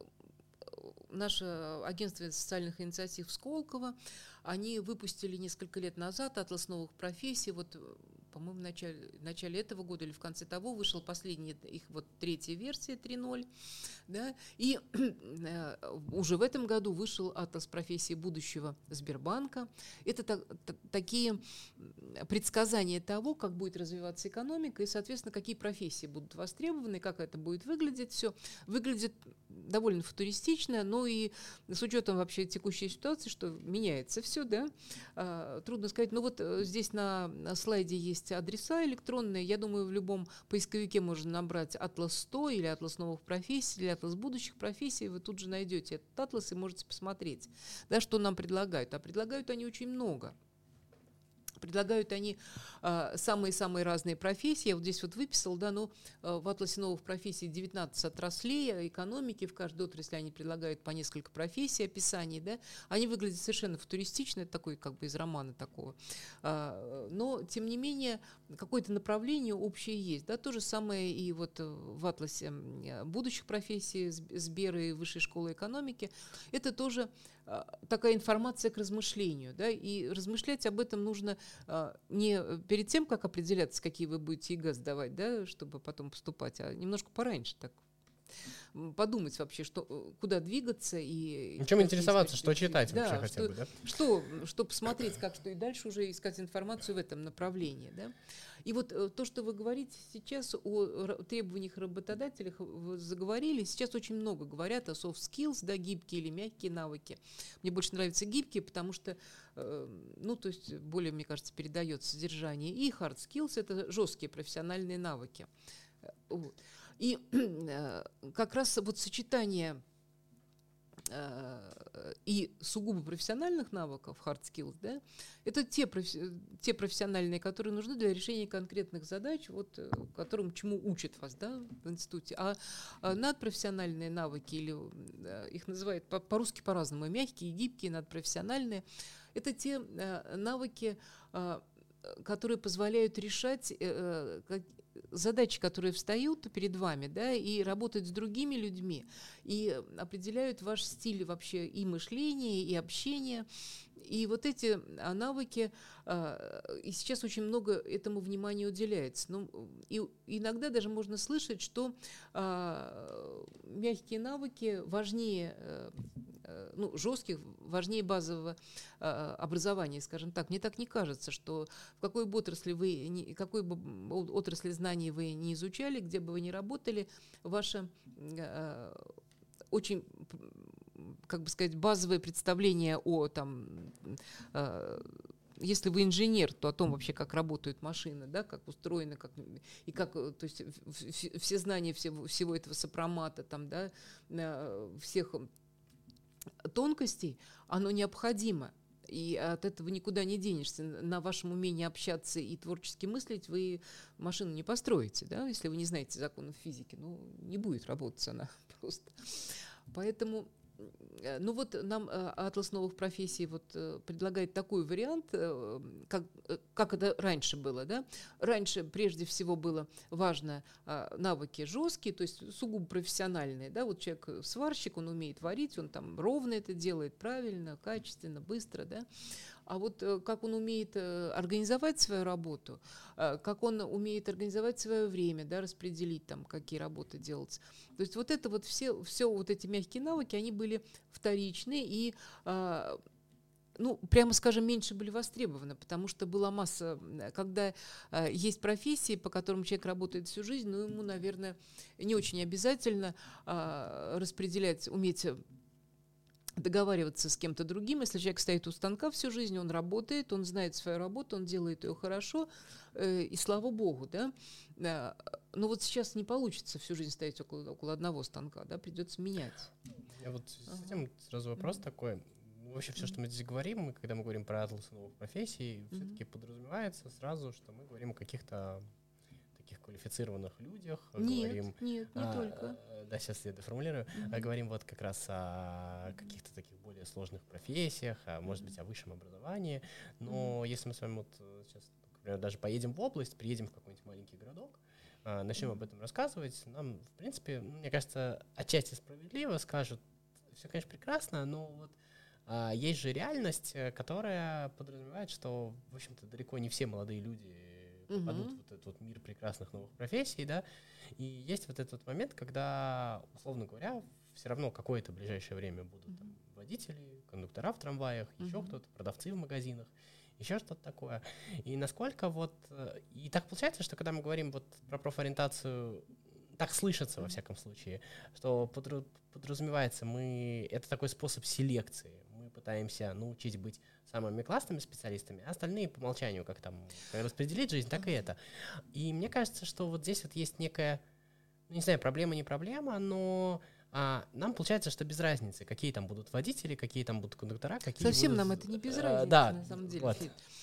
наше агентство социальных инициатив Сколково, они выпустили несколько лет назад атлас новых профессий, вот, по-моему, в начале, в начале этого года или в конце того вышел последняя их вот третья версия три ноль, да, и э, уже в этом году вышел атлас профессий будущего Сбербанка. Это та, та, такие предсказания того, как будет развиваться экономика и, соответственно, какие профессии будут востребованы, как это будет выглядеть. Все выглядит довольно футуристично, но и с учетом вообще текущей ситуации, что меняется все, да, э, трудно сказать. Но вот здесь на, на слайде есть адреса электронные. Я думаю, в любом поисковике можно набрать атлас сто или атлас новых профессий, или атлас будущих профессий. Вы тут же найдете этот атлас и можете посмотреть, да, что нам предлагают. А предлагают они очень много. Предлагают они э, самые-самые разные профессии. Я вот здесь вот выписал, да, ну, э, в атласе новых профессий девятнадцать отраслей экономики. В каждой отрасли они предлагают по несколько профессий, описаний, да. Они выглядят совершенно футуристично, это такой как бы из романа такого. Э, но, тем не менее, какое-то направление общее есть, да. То же самое и вот в атласе будущих профессий Сбера и Высшей школы экономики. Это тоже такая информация к размышлению, да, и размышлять об этом нужно а, не перед тем, как определяться, какие вы будете ЕГЭ сдавать, да, чтобы потом поступать, а немножко пораньше так подумать вообще, что, куда двигаться и... Чем интересоваться, что читать да, вообще что, хотя бы, да? Что, что посмотреть, как что, и дальше уже искать информацию в этом направлении, да. И вот то, что вы говорите сейчас о требованиях работодателей, вы заговорили, сейчас очень много говорят о soft skills, да, гибкие или мягкие навыки. Мне больше нравятся гибкие, потому что, ну, то есть более, мне кажется, передает содержание. И hard skills — это жесткие профессиональные навыки. Вот. И как раз вот сочетание и сугубо профессиональных навыков, hard skills, да, это те, профи- те профессиональные, которые нужны для решения конкретных задач, вот, которым чему учат вас, да, в институте. А, а надпрофессиональные навыки, или их называют по- по-русски по-разному, мягкие, гибкие, надпрофессиональные, это те а, навыки, а, которые позволяют решать э, как, задачи, которые встают перед вами, да, и работать с другими людьми, и определяют ваш стиль вообще и мышления, и общения, И вот эти навыки, и сейчас очень много этому внимания уделяется. Ну, и иногда даже можно слышать, что мягкие навыки важнее, ну, жестких, важнее базового образования, скажем так. Мне так не кажется, что в какой бы отрасли вы, какой бы отрасли знаний вы не изучали, где бы вы ни работали, ваше очень, как бы сказать, базовое представление о, там, э, если вы инженер, то о том вообще, как работают машины, да, как устроены, как, и как, то есть все знания всего, всего этого сопромата, там, да, всех тонкостей, оно необходимо. И от этого никуда не денешься. На вашем умении общаться и творчески мыслить вы машину не построите, да? Если вы не знаете законов физики. Ну, не будет работать она просто. Поэтому, ну вот нам «Атлас новых профессий» вот предлагает такой вариант, как, как это раньше было. Да? Раньше прежде всего было важно навыки жесткие, то есть сугубо профессиональные. Да? Вот человек сварщик, он умеет варить, он там ровно это делает, правильно, качественно, быстро. Да? А вот как он умеет организовать свою работу, как он умеет организовать свое время, да, распределить, там, какие работы делать. То есть вот это вот все, все вот эти мягкие навыки, они были вторичны и, ну, прямо скажем, меньше были востребованы, потому что была масса, когда есть профессии, по которым человек работает всю жизнь, но ему, наверное, не очень обязательно распределять, уметь договариваться с кем-то другим. Если человек стоит у станка всю жизнь, он работает, он знает свою работу, он делает ее хорошо, э, и слава богу, да. Э, но вот сейчас не получится всю жизнь стоять около, около одного станка, да, придется менять. Я вот ага. с этим сразу вопрос mm-hmm. такой. Вообще все, что мы здесь говорим, мы, когда мы говорим про атлас новых профессий, mm-hmm. все-таки подразумевается сразу, что мы говорим о каких-то таких квалифицированных людях. Нет, говорим, нет, не а, только. Да, сейчас я доформулирую. Mm-hmm. Говорим вот как раз о каких-то таких более сложных профессиях, а, может быть, о высшем образовании. Но mm-hmm. если мы с вами вот сейчас, например, даже поедем в область, приедем в какой-нибудь маленький городок, а, начнем mm-hmm. об этом рассказывать, нам, в принципе, мне кажется, отчасти справедливо скажут, все, конечно, прекрасно, но вот а, есть же реальность, которая подразумевает, что, в общем-то, далеко не все молодые люди попадут uh-huh. в вот этот вот мир прекрасных новых профессий, да, и есть вот этот вот момент, когда, условно говоря, все равно какое-то ближайшее время будут uh-huh. там водители, кондуктора в трамваях, uh-huh. еще кто-то, продавцы в магазинах, еще что-то такое. И насколько вот... И так получается, что когда мы говорим вот про профориентацию, так слышится, во всяком случае, что подру- подразумевается, мы... Это такой способ селекции. Мы пытаемся научить быть самыми классными специалистами, а остальные по умолчанию, как там как распределить жизнь, так и это. И мне кажется, что вот здесь вот есть некая, ну, не знаю, проблема, не проблема, но а, нам получается, что без разницы, какие там будут водители, какие там будут кондуктора, какие Совсем будут... нам это не без разницы, а, да, на самом деле. Вот.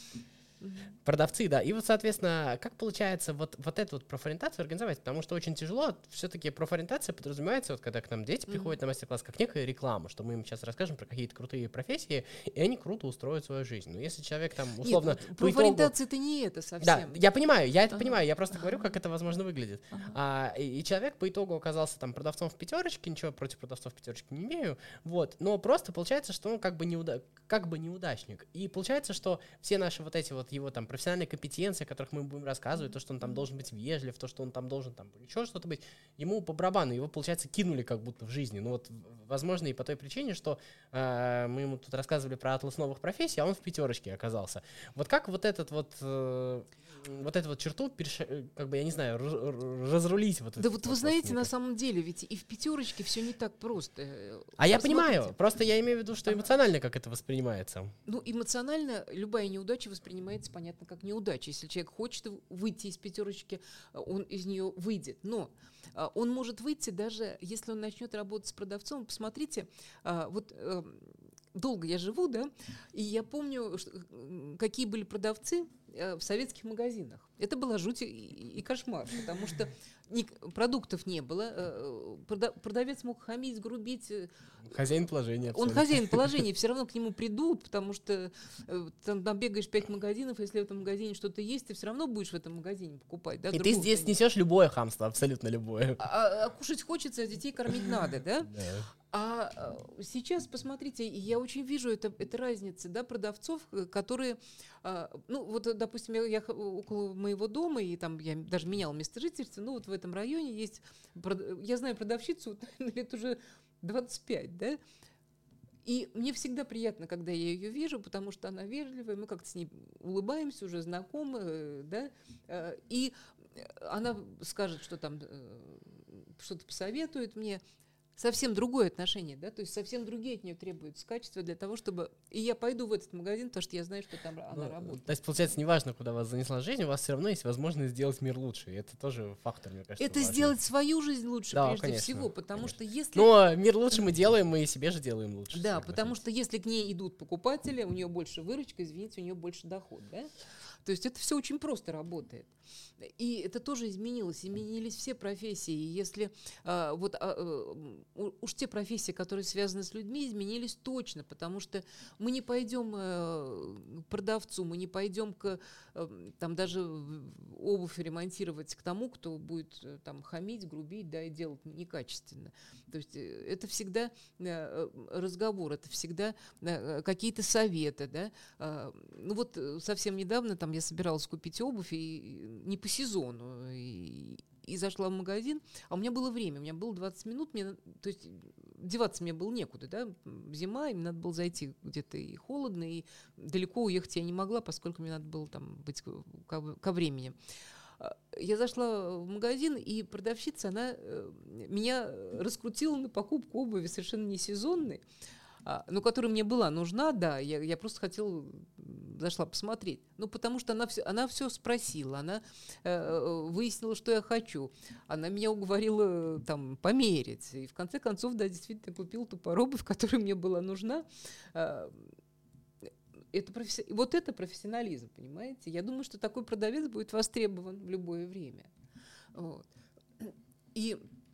Продавцы, да. И вот, соответственно, как получается вот, вот эту вот профориентацию организовать? Потому что очень тяжело. Все-таки профориентация подразумевается, вот когда к нам дети mm-hmm. приходят на мастер-класс, как некая реклама, что мы им сейчас расскажем про какие-то крутые профессии, и они круто устроят свою жизнь. Но если человек там условно... Нет, профориентация это итогу... не это совсем. Да, я понимаю, я это ага. понимаю, я просто ага. говорю, как это возможно выглядит. Ага. А, и, и человек по итогу оказался там продавцом в пятерочке, ничего против продавцов в пятерочке не имею, вот, но просто получается, что он как бы, неуда... как бы неудачник. И получается, что все наши вот эти вот его там профессиональные компетенции, о которых мы будем рассказывать, то, что он там должен быть вежлив, то, что он там должен там еще что-то быть, ему по барабану, его, получается, кинули как будто в жизни. Ну вот, возможно, и по той причине, что э, мы ему тут рассказывали про атлас новых профессий, а он в пятерочке оказался. Вот как вот этот вот, э, вот эту вот черту, переш... как бы, я не знаю, разрулить вот это. Да вот вы знаете, на самом деле, ведь и в пятерочке все не так просто. А я понимаю, просто я имею в виду, что эмоционально как это воспринимается. Ну, эмоционально любая неудача воспринимается, понятно, как неудача. Если человек хочет выйти из пятерочки, он из нее выйдет. Но он может выйти даже, если он начнет работать с продавцом. Посмотрите, вот долго я живу, да, и я помню, какие были продавцы в советских магазинах. Это была жуть и кошмар, потому что продуктов не было, продавец мог хамить, грубить. Хозяин положения. Он хозяин положения, все равно к нему придут, потому что там, там бегаешь пять магазинов, если в этом магазине что-то есть, ты все равно будешь в этом магазине покупать. Да, и ты здесь несешь любое хамство, абсолютно любое. А, а кушать хочется, а детей кормить надо, да? Да. А сейчас, посмотрите, я очень вижу это, это разница, да, продавцов, которые, ну, вот, допустим, я, я около моего дома, и там я даже меняла место жительства, ну, вот в этом районе есть, я знаю продавщицу, вот, лет уже двадцать пять, да, и мне всегда приятно, когда я ее вижу, потому что она вежливая, мы как-то с ней улыбаемся, уже знакомы, да, и она скажет, что там, что-то посоветует мне. Совсем другое отношение, да, то есть совсем другие от нее требуются качества для того, чтобы... И я пойду в этот магазин, потому что я знаю, что там ну, она работает. То есть, получается, неважно, куда вас занесла жизнь, у вас все равно есть возможность сделать мир лучше. И это тоже фактор, мне кажется, Это важный. Сделать свою жизнь лучше, да, прежде конечно, всего, потому конечно. Что если... Но мир лучше мы делаем, мы и себе же делаем лучше. Да, потому что если к ней идут покупатели, у нее больше выручка, извините, у нее больше доход, да? То есть это все очень просто работает. И это тоже изменилось. Изменились все профессии. И если а, вот а, уж те профессии, которые связаны с людьми, изменились точно, потому что мы не пойдем а, к продавцу, мы не пойдем к а, там даже обувь ремонтировать к тому, кто будет там хамить, грубить, да, и делать некачественно. То есть это всегда а, разговор, это всегда а, какие-то советы, да. А, ну вот совсем недавно там я собиралась купить обувь, и не по сезону, и, и зашла в магазин, а у меня было время, у меня было двадцать минут, мне, то есть деваться мне было некуда, да, зима, и мне надо было зайти где-то и холодно, и далеко уехать я не могла, поскольку мне надо было там быть ко, ко времени. Я зашла в магазин, и продавщица, она меня раскрутила на покупку обуви совершенно не сезонной, ну, которая мне была нужна, да, я, я просто хотела, зашла посмотреть. Ну, потому что она все, она все спросила, она э, выяснила, что я хочу. Она меня уговорила там померить. И в конце концов, да, действительно купила ту пару обувь, которая мне была нужна. Это професси... Вот это профессионализм, понимаете? Я думаю, что такой продавец будет востребован в любое время. Вот. И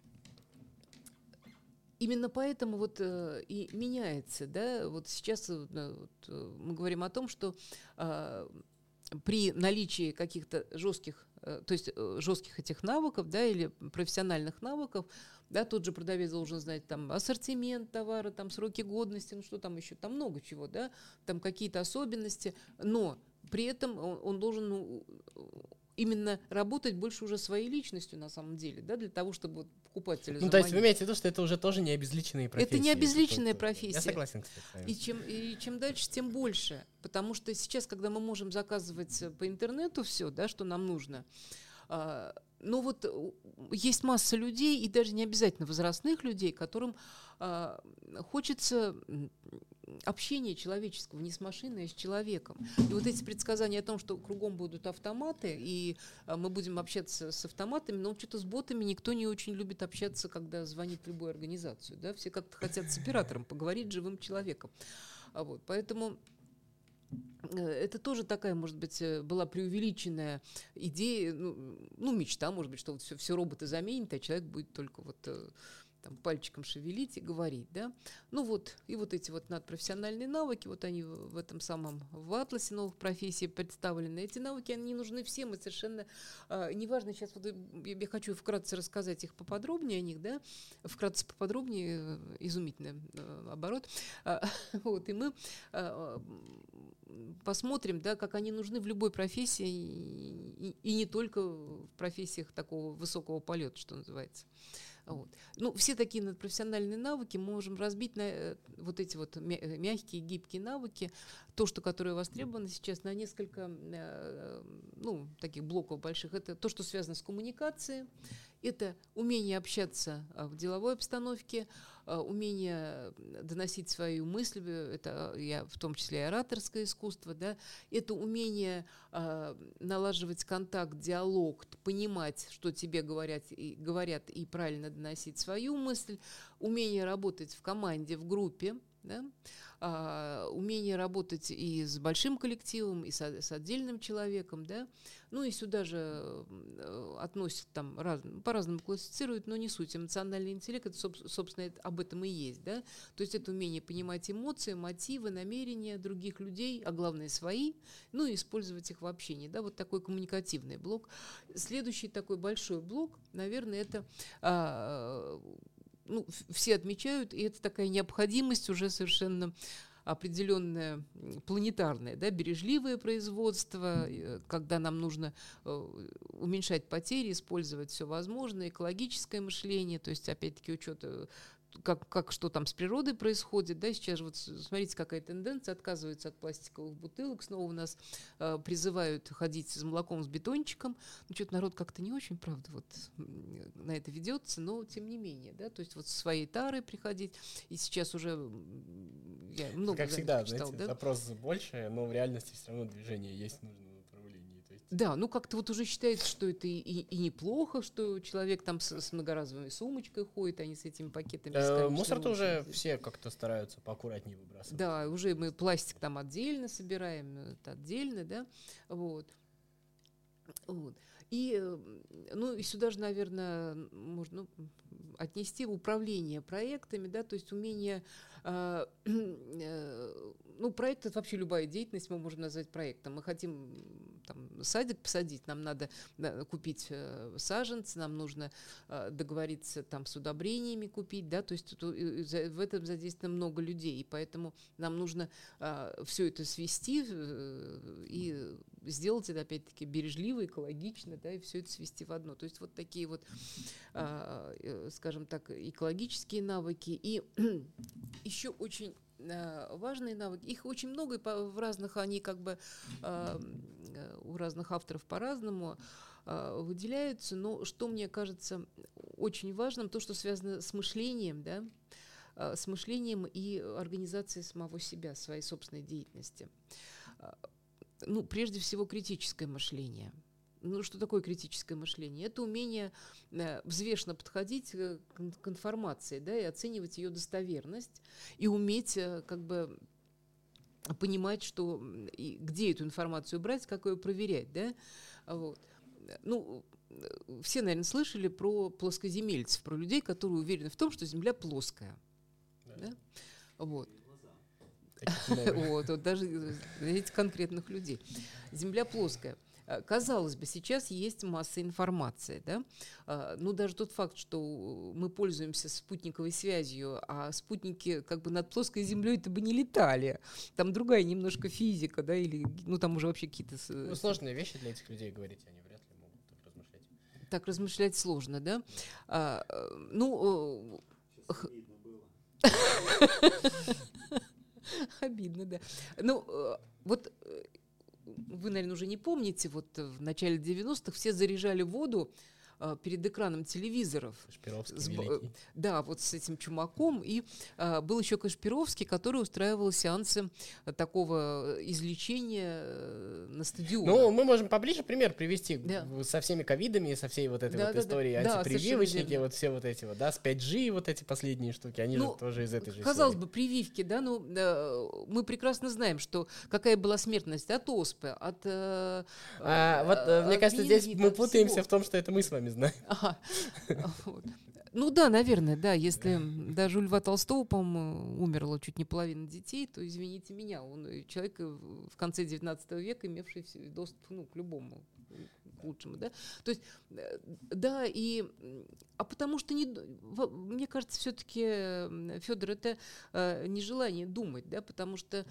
именно поэтому вот э, и меняется, да, вот сейчас э, вот, мы говорим о том, что э, при наличии каких-то жестких, э, то есть э, жестких этих навыков, да, или профессиональных навыков, да, тот же продавец должен знать там ассортимент товара, там сроки годности, ну что там еще, там много чего, да, там какие-то особенности, но при этом он, он должен ну, именно работать больше уже своей личностью на самом деле, да, для того, чтобы вот покупателя Ну, то есть вы имеете в виду, что это уже тоже не обезличенные профессии? Это не обезличенная профессия. Я согласен, кстати. И чем, и чем дальше, тем больше. Потому что сейчас, когда мы можем заказывать по интернету все, да, что нам нужно, а, ну вот есть масса людей, и даже не обязательно возрастных людей, которым а, хочется общения человеческого, не с машиной, а с человеком. И вот эти предсказания о том, что кругом будут автоматы, и а, мы будем общаться с автоматами, но что-то с ботами никто не очень любит общаться, когда звонит в любую организацию. Да? Все как-то хотят с оператором поговорить, живым человеком. А вот, поэтому это тоже такая, может быть, была преувеличенная идея, ну, ну мечта, может быть, что вот все, все роботы заменят, а человек будет только вот там, пальчиком шевелить и говорить, да. Ну вот, и вот эти вот надпрофессиональные навыки, вот они в этом самом, в атласе новых профессий представлены. Эти навыки, они нужны всем, и совершенно а, неважно, сейчас вот я, я хочу вкратце рассказать их поподробнее о них, да, вкратце поподробнее, изумительный а, оборот. А, вот, и мы а, посмотрим, да, как они нужны в любой профессии, и, и, и не только в профессиях такого высокого полета, что называется. Вот. Ну, все такие профессиональные навыки мы можем разбить на э, вот эти вот мягкие, гибкие навыки, то, что, которое востребовано сейчас, на несколько э, ну, таких блоков больших. Это то, что связано с коммуникацией, это умение общаться в деловой обстановке, умение доносить свою мысль, это я, в том числе и ораторское искусство, да, это умение э, налаживать контакт, диалог, понимать, что тебе говорят и, говорят, и правильно доносить свою мысль, умение работать в команде, в группе, да, а, умение работать и с большим коллективом, и с, с отдельным человеком, да, ну и сюда же относят там раз, по-разному классифицируют, но не суть. Эмоциональный интеллект, это, собственно, это, об этом и есть, да, то есть это умение понимать эмоции, мотивы, намерения других людей, а главное свои, ну и использовать их в общении, да, вот такой коммуникативный блок. Следующий такой большой блок, наверное, это а, ну, все отмечают, и это такая необходимость уже совершенно определенное планетарное, да, бережливое производство, когда нам нужно уменьшать потери, использовать все возможное, экологическое мышление, то есть, опять-таки, учет, как, как что там с природой происходит. Да, сейчас вот смотрите, какая тенденция, отказываются от пластиковых бутылок, снова у нас э, призывают ходить с молоком с бетончиком. Ну, что-то народ как-то не очень, правда, вот на это ведется, но тем не менее, да, то есть вот со своей тарой приходить, и сейчас уже я много как всегда, читал, знаете, да? Запрос больше, но в реальности все равно движение есть в нужном направлении. То есть... Да, ну как-то вот уже считается, что это и, и, и неплохо, что человек там с, с многоразовой сумочкой ходит, а не с этими пакетами. Э, мусор-то уже все как-то стараются поаккуратнее выбрасывать. Да, уже мы пластик там отдельно собираем, это отдельно, да, вот. Вот. И, ну, и сюда же, наверное, можно отнести управление проектами, да, то есть умение, э, э, ну, проект — это вообще любая деятельность, мы можем назвать проектом. Мы хотим там садик посадить, нам надо да, купить э, саженцы, нам нужно э, договориться там с удобрениями купить, да, то есть это, в этом задействовано много людей, и поэтому нам нужно э, все это свести э, и сделать это, опять-таки, бережливо, экологично, да, и все это свести в одно. То есть вот такие вот, э, скажем так, экологические навыки. И еще очень э, важные навыки, их очень много, и по, в разных они как бы э, у разных авторов по-разному э, выделяются, но что мне кажется очень важным, то, что связано с мышлением, да, э, с мышлением и организацией самого себя, своей собственной деятельности. Ну, прежде всего, критическое мышление. Ну, что такое критическое мышление? Это умение э, взвешенно подходить к, к информации, да, и оценивать ее достоверность, и уметь э, как бы понимать, что, и где эту информацию брать, как ее проверять. Да? Вот. Ну, все, наверное, слышали про плоскоземельцев, про людей, которые уверены в том, что Земля плоская. Да. Да? Вот. Вот, вот даже этих конкретных людей. Земля плоская. Казалось бы, сейчас есть масса информации, да? Ну, даже тот факт, что мы пользуемся спутниковой связью, а спутники как бы над плоской землей-то бы не летали. Там другая немножко физика, да, или, ну, там уже вообще какие-то... Ну, сложные вещи для этих людей говорить, они вряд ли могут так размышлять. Так размышлять сложно, да? А, ну... Обидно, да. Ну, вот вы, наверное, уже не помните, вот в начале девяностых все заряжали воду а, перед экраном телевизоров. Кашпировский с, великий. Да, вот с этим Чумаком. И а, был еще Кашпировский, который устраивал сеансы такого излечения на стадионе. Ну, мы можем поближе пример привести да. со всеми ковидами, со всей вот этой да, вот да, историей, да, антипрививочники, вот все вот эти вот, да, с пять джи вот эти последние штуки, они ну, же тоже из этой же казалось серии. бы, прививки, да, ну, э, мы прекрасно знаем, что какая была смертность от оспы, от... Э, а, э, вот, от мне кажется, здесь мы путаемся всего. в том, что это мы с вами знаем. Ага. Вот. Ну да, наверное, да. Если даже у Льва Толстого, по-моему, умерло чуть не половина детей, то извините меня, он человек в конце девятнадцатого века, имевший доступ, ну, к любому, к лучшему, да. То есть, да, и... А потому что, не, мне кажется, все-таки, Федор, это нежелание думать, да, потому что...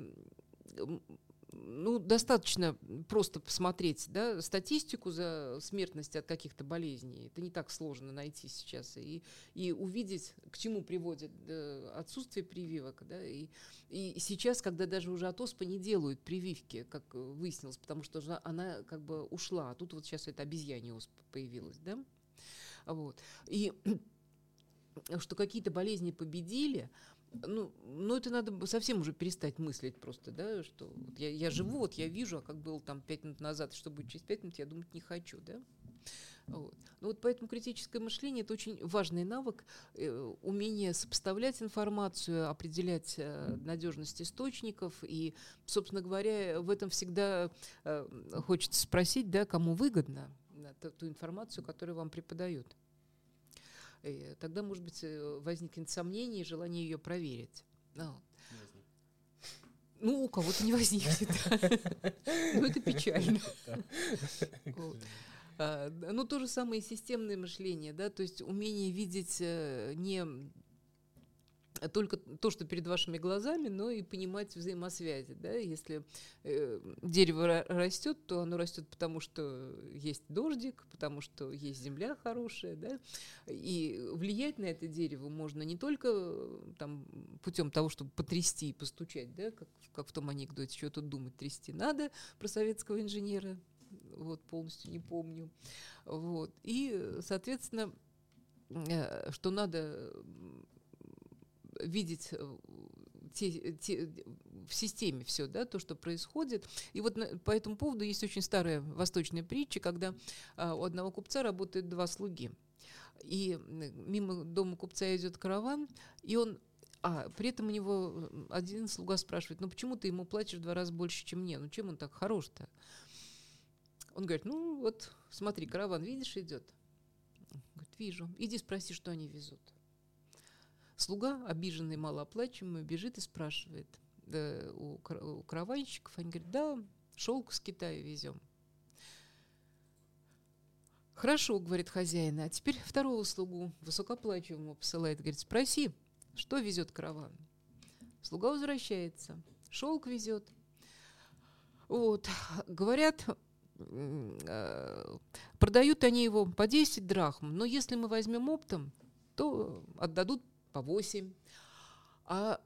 Ну, достаточно просто посмотреть, да, статистику за смертность от каких-то болезней. Это не так сложно найти сейчас. И, и увидеть, к чему приводит да, отсутствие прививок. Да, и, и сейчас, когда даже уже от оспы не делают прививки, как выяснилось, потому что она как бы ушла. А тут вот сейчас это обезьянья оспа появилась. Да? Вот. И что какие-то болезни победили. Ну, ну, это надо совсем уже перестать мыслить просто, да, что вот я, я живу, вот я вижу, а как было там пять минут назад, что будет через пять минут, я думать не хочу, да. Вот. Ну, вот поэтому критическое мышление – это очень важный навык, э, умение сопоставлять информацию, определять э, надежность источников, и, собственно говоря, в этом всегда э, хочется спросить, да, кому выгодно да, ту, ту информацию, которую вам преподают. И тогда, может быть, возникнет сомнение и желание ее проверить. Ну, ну у кого-то не возникнет. Ну, это печально. А, ну, то же самое и системное мышление, да, то есть умение видеть э, не только то, что перед вашими глазами, но и понимать взаимосвязи, да, если э, дерево ра- растет, то оно растет потому, что есть дождик, потому что есть земля хорошая, да, и влиять на это дерево можно не только э, там путем того, чтобы потрясти и постучать, да, как, как в том анекдоте, что тут думать, трясти надо, про советского инженера, вот, полностью не помню, вот, и, соответственно, э, что надо видеть те, те, в системе все, да, то, что происходит. И вот на, по этому поводу есть очень старая восточная притча, когда а, у одного купца работают два слуги. И мимо дома купца идет караван, и он... А, при этом у него один слуга спрашивает, ну почему ты ему платишь в два раза больше, чем мне? Ну чем он так хорош-то? Он говорит, ну вот смотри, караван, видишь, идет? Говорит, вижу. Иди спроси, что они везут. Слуга, обиженный, малооплачиваемый, бежит и спрашивает да, у, у караванщиков. Они говорят, да, шелк с Китая везем. Хорошо, говорит хозяин, а теперь второго слугу, высокооплачиваемого, посылает, говорит, спроси, что везет караван. Слуга возвращается, шелк везет. Вот, говорят, продают они его по десять драхм, но если мы возьмем оптом, то отдадут по восемь. А,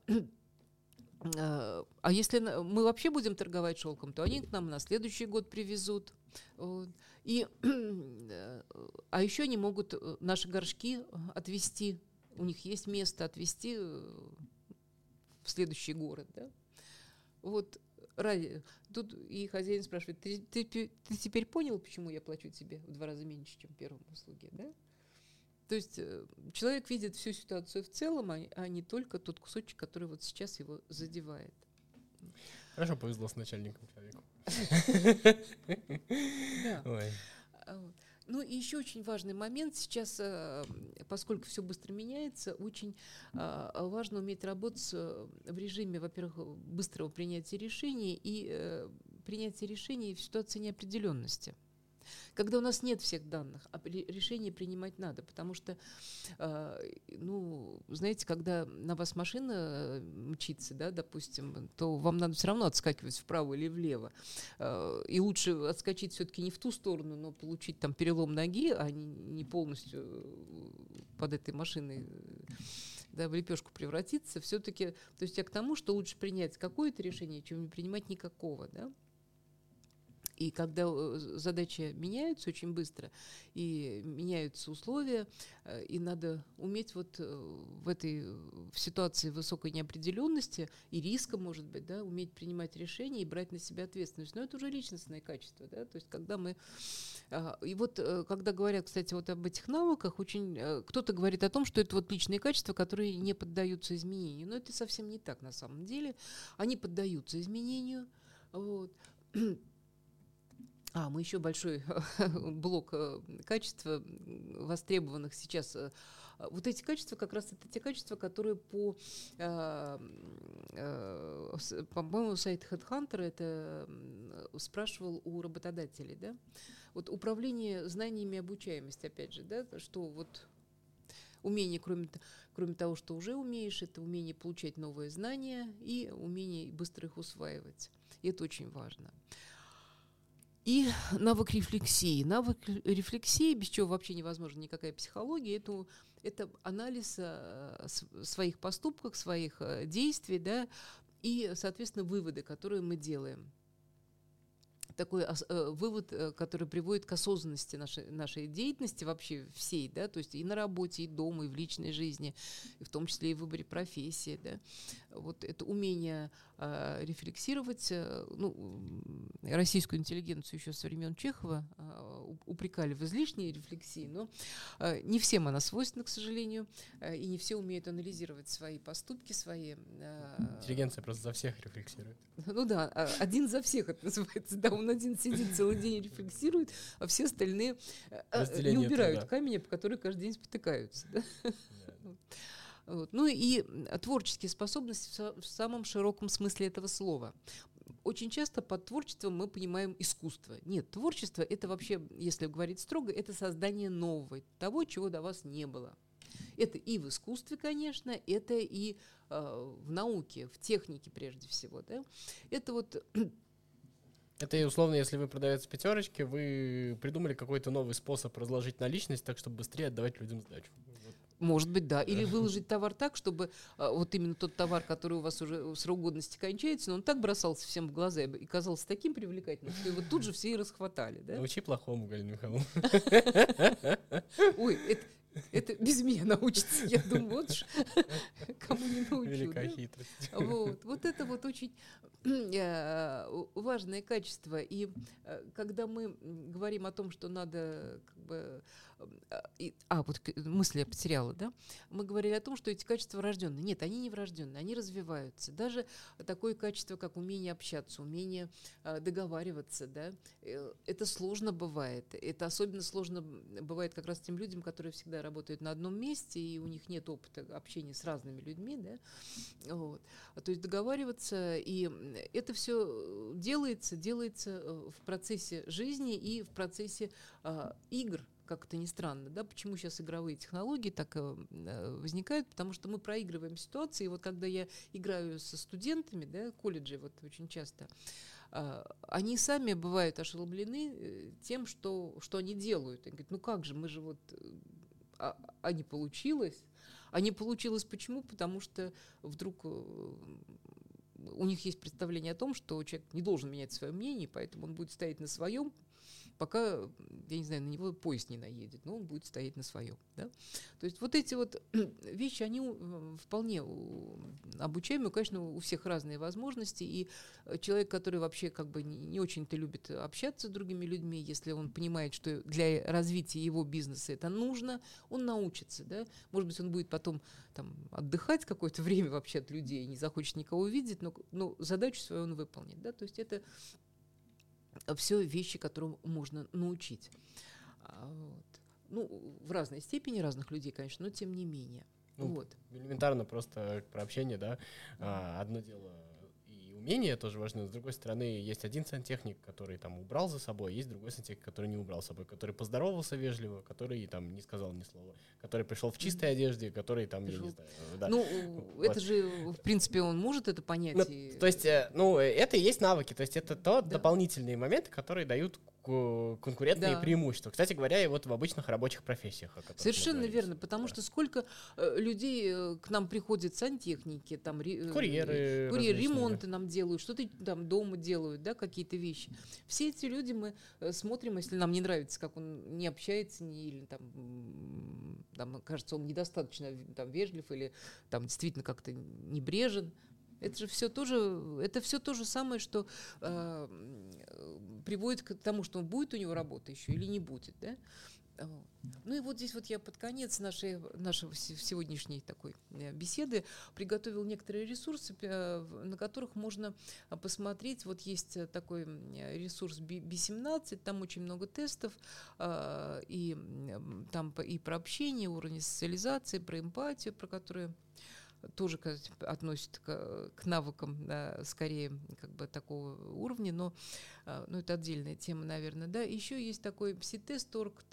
а если мы вообще будем торговать шелком, то они к нам на следующий год привезут. Вот. И, а еще они могут наши горшки отвезти. У них есть место отвезти в следующий город. Да? Вот. Ради, тут и хозяин спрашивает, ты, ты, ты теперь понял, почему я плачу тебе в два раза меньше, чем первому слуге? Да? То есть человек видит всю ситуацию в целом, а, а не только тот кусочек, который вот сейчас его задевает. Хорошо повезло с начальником человеку. Ну и еще очень важный момент. Сейчас, поскольку все быстро меняется, очень важно уметь работать в режиме, во-первых, быстрого принятия решений и принятия решений в ситуации неопределенности. Когда у нас нет всех данных, а решение принимать надо, потому что, э, ну, знаете, когда на вас машина мчится, да, допустим, то вам надо все равно отскакивать вправо или влево. Э, и лучше отскочить все-таки не в ту сторону, но получить там перелом ноги, а не, не полностью под этой машиной, да, в лепешку превратиться. Все-таки, то есть я к тому, что лучше принять какое-то решение, чем не принимать никакого, да. И когда задачи меняются очень быстро, и меняются условия, и надо уметь вот в этой в ситуации высокой неопределенности и риска, может быть, да, уметь принимать решения и брать на себя ответственность. Но это уже личностное качество. Да? То есть когда мы... И вот когда говорят, кстати, вот об этих навыках, очень кто-то говорит о том, что это вот личные качества, которые не поддаются изменению. Но это совсем не так на самом деле. Они поддаются изменению. Вот. А, мы еще большой блок качеств, востребованных сейчас. Вот эти качества, как раз это те качества, которые по, по-моему, сайт HeadHunter это спрашивал у работодателей, да? Вот управление знаниями и обучаемость, опять же, да, что вот умение, кроме, кроме того, что уже умеешь, это умение получать новые знания и умение быстро их усваивать. И это очень важно. И навык рефлексии. Навык рефлексии, без чего вообще невозможна никакая психология, это, это анализ а, своих поступков, своих а, действий, да, и, соответственно, выводы, которые мы делаем. Такой э, вывод, э, который приводит к осознанности нашей, нашей деятельности вообще всей, да, то есть и на работе, и дома, и в личной жизни, и в том числе и в выборе профессии, да. Вот это умение э, рефлексировать, э, ну, российскую интеллигенцию еще со времен Чехова э, упрекали в излишней рефлексии, но э, не всем она свойственна, к сожалению, э, и не все умеют анализировать свои поступки, свои... Э, Интеллигенция просто за всех рефлексирует. Ну да, один за всех это называется, да, он один сидит целый день и рефлексирует, а все остальные разделение не убирают труда. Камень, по которому каждый день спотыкаются. Да? Yeah. Вот. Ну и творческие способности в самом широком смысле этого слова. очень часто под творчеством мы понимаем искусство. Нет, творчество — это вообще, если говорить строго, это создание нового, того, чего до вас не было. Это и в искусстве, конечно, это и э, в науке, в технике прежде всего. Да? Это вот... Это и условно, если вы продавец пятерочки, вы придумали какой-то новый способ разложить наличность так, чтобы быстрее отдавать людям сдачу. Может быть, да. Или выложить товар так, чтобы а, вот именно тот товар, который у вас уже срок годности кончается, но он так бросался всем в глаза и казался таким привлекательным, что его тут же все и расхватали. Да? Научи плохому, Галина Михайловна. Ой, это... Это без меня научится, я думаю, вот ж, кому не научу. Великая да? хитрость. Вот, вот это вот очень э, важное качество. И э, когда мы говорим о том, что надо как бы... Э, и, а, вот мысль я потеряла, да? Мы говорили о том, что эти качества врожденные. Нет, они не врожденные, они развиваются. Даже такое качество, как умение общаться, умение э, договариваться, да? Э, это сложно бывает. Это особенно сложно бывает как раз тем людям, которые всегда работают на одном месте, и у них нет опыта общения с разными людьми, да, вот. То есть договариваться, и это все делается, делается в процессе жизни и в процессе а, игр, как это ни странно, да, почему сейчас игровые технологии так э, возникают, потому что мы проигрываем ситуации, и вот когда я играю со студентами, да, колледжи вот очень часто, они сами бывают ошеломлены тем, что, что они делают. Они говорят, ну как же, мы же вот... А, а не получилось. А не получилось почему? Потому что вдруг у них есть представление о том, что человек не должен менять свое мнение, поэтому он будет стоять на своем, пока, я не знаю, на него поезд не наедет, но он будет стоять на своем. Да? То есть вот эти вот вещи, они вполне обучаемые, конечно, у всех разные возможности, и человек, который вообще как бы не очень-то любит общаться с другими людьми, если он понимает, что для развития его бизнеса это нужно, он научится. Да? Может быть, он будет потом там, отдыхать какое-то время вообще от людей, не захочет никого видеть, но, но задачу свою он выполнит. Да? То есть это все вещи, которым можно научить. Вот. Ну, в разной степени разных людей, конечно, но тем не менее. Ну, вот. Элементарно просто про общение, да. А, одно дело и умение тоже важно. С другой стороны, есть один сантехник, который там убрал за собой, есть другой сантехник, который не убрал за собой, который поздоровался вежливо, который там не сказал ни слова, который пришел в чистой mm-hmm. одежде, который там, пришел. Я не знаю, да. Ну, вот. Это же, в принципе, он может это понять. Ну, и... То есть, ну, это и есть навыки, то есть это то да. дополнительные моменты, которые дают конкурентные да. преимущества. Кстати говоря, и вот в обычных рабочих профессиях. Совершенно верно, потому да. что сколько э, людей э, к нам приходят сантехники, там, э, курьеры, курьеры ремонты нам делают, что-то там дома делают, да, какие-то вещи. Все эти люди мы э, смотрим, если нам не нравится, как он не общается, не, или там, там, кажется, он недостаточно там, вежлив, или там действительно как-то небрежен. Это же все тоже, это все то же самое, что э, приводит к тому, что будет у него работа еще или не будет, да? Ну и вот здесь вот я под конец нашей, нашего сегодняшней такой беседы приготовил некоторые ресурсы, на которых можно посмотреть. Вот есть такой ресурс би семнадцать, там очень много тестов, и там и про общение, уровень социализации, про эмпатию, про которые... тоже относит к, к навыкам, да, скорее как бы такого уровня, но ну, это отдельная тема, наверное. Да. Еще есть такой пси-тест точка орг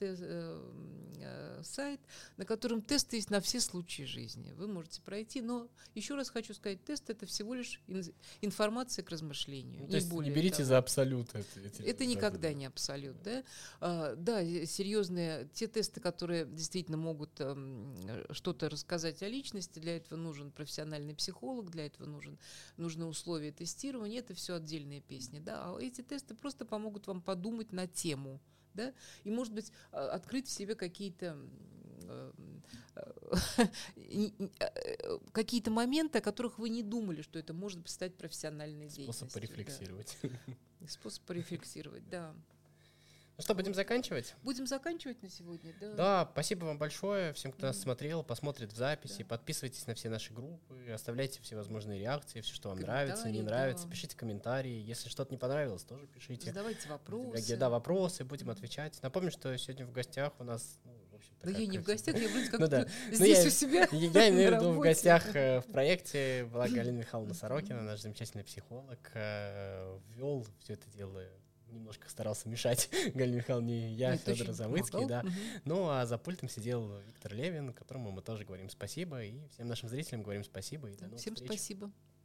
э, сайт, на котором тесты есть на все случаи жизни. Вы можете пройти, но еще раз хочу сказать, тест — это всего лишь ин- информация к размышлению. Ну, то есть не берите того. За абсолют. Это, эти, это никогда не абсолют. Да, а, да, серьезные, те тесты, которые действительно могут э, что-то рассказать о личности, для этого нужен профессиональный психолог, для этого нужен, нужны условия тестирования, это все отдельные песни. Да? А эти тесты просто помогут вам подумать на тему, да? И, может быть, открыть в себе какие-то какие-то моменты, о которых вы не думали, что это может стать профессиональной деятельностью. Способ порефлексировать. Да. Способ порефлексировать, да. Ну что, будем заканчивать? Будем заканчивать на сегодня, да. Да, спасибо вам большое всем, кто mm-hmm. нас смотрел, посмотрит в записи. Да. Подписывайтесь на все наши группы, оставляйте всевозможные реакции, все, что вам нравится, не нравится. Да. Пишите комментарии. Если что-то не понравилось, тоже пишите. Задавайте вопросы. Да, вопросы, будем отвечать. Напомню, что сегодня в гостях у нас, ну, в общем, Да как- я не в как- гостях, я вроде как Ну да. тут Ну, здесь я- у себя. Я я имею в на виду в работе. гостях э, в проекте была Галина Михайловна Сорокина, наш замечательный психолог, э, вел все это дело, немножко старался мешать Галине Михайловне я, Это Федор очень Замыцкий, помогал. да. Мгм. Ну, а за пультом сидел Виктор Левин, которому мы тоже говорим спасибо, и всем нашим зрителям говорим спасибо, и до новых Всем встреч. спасибо.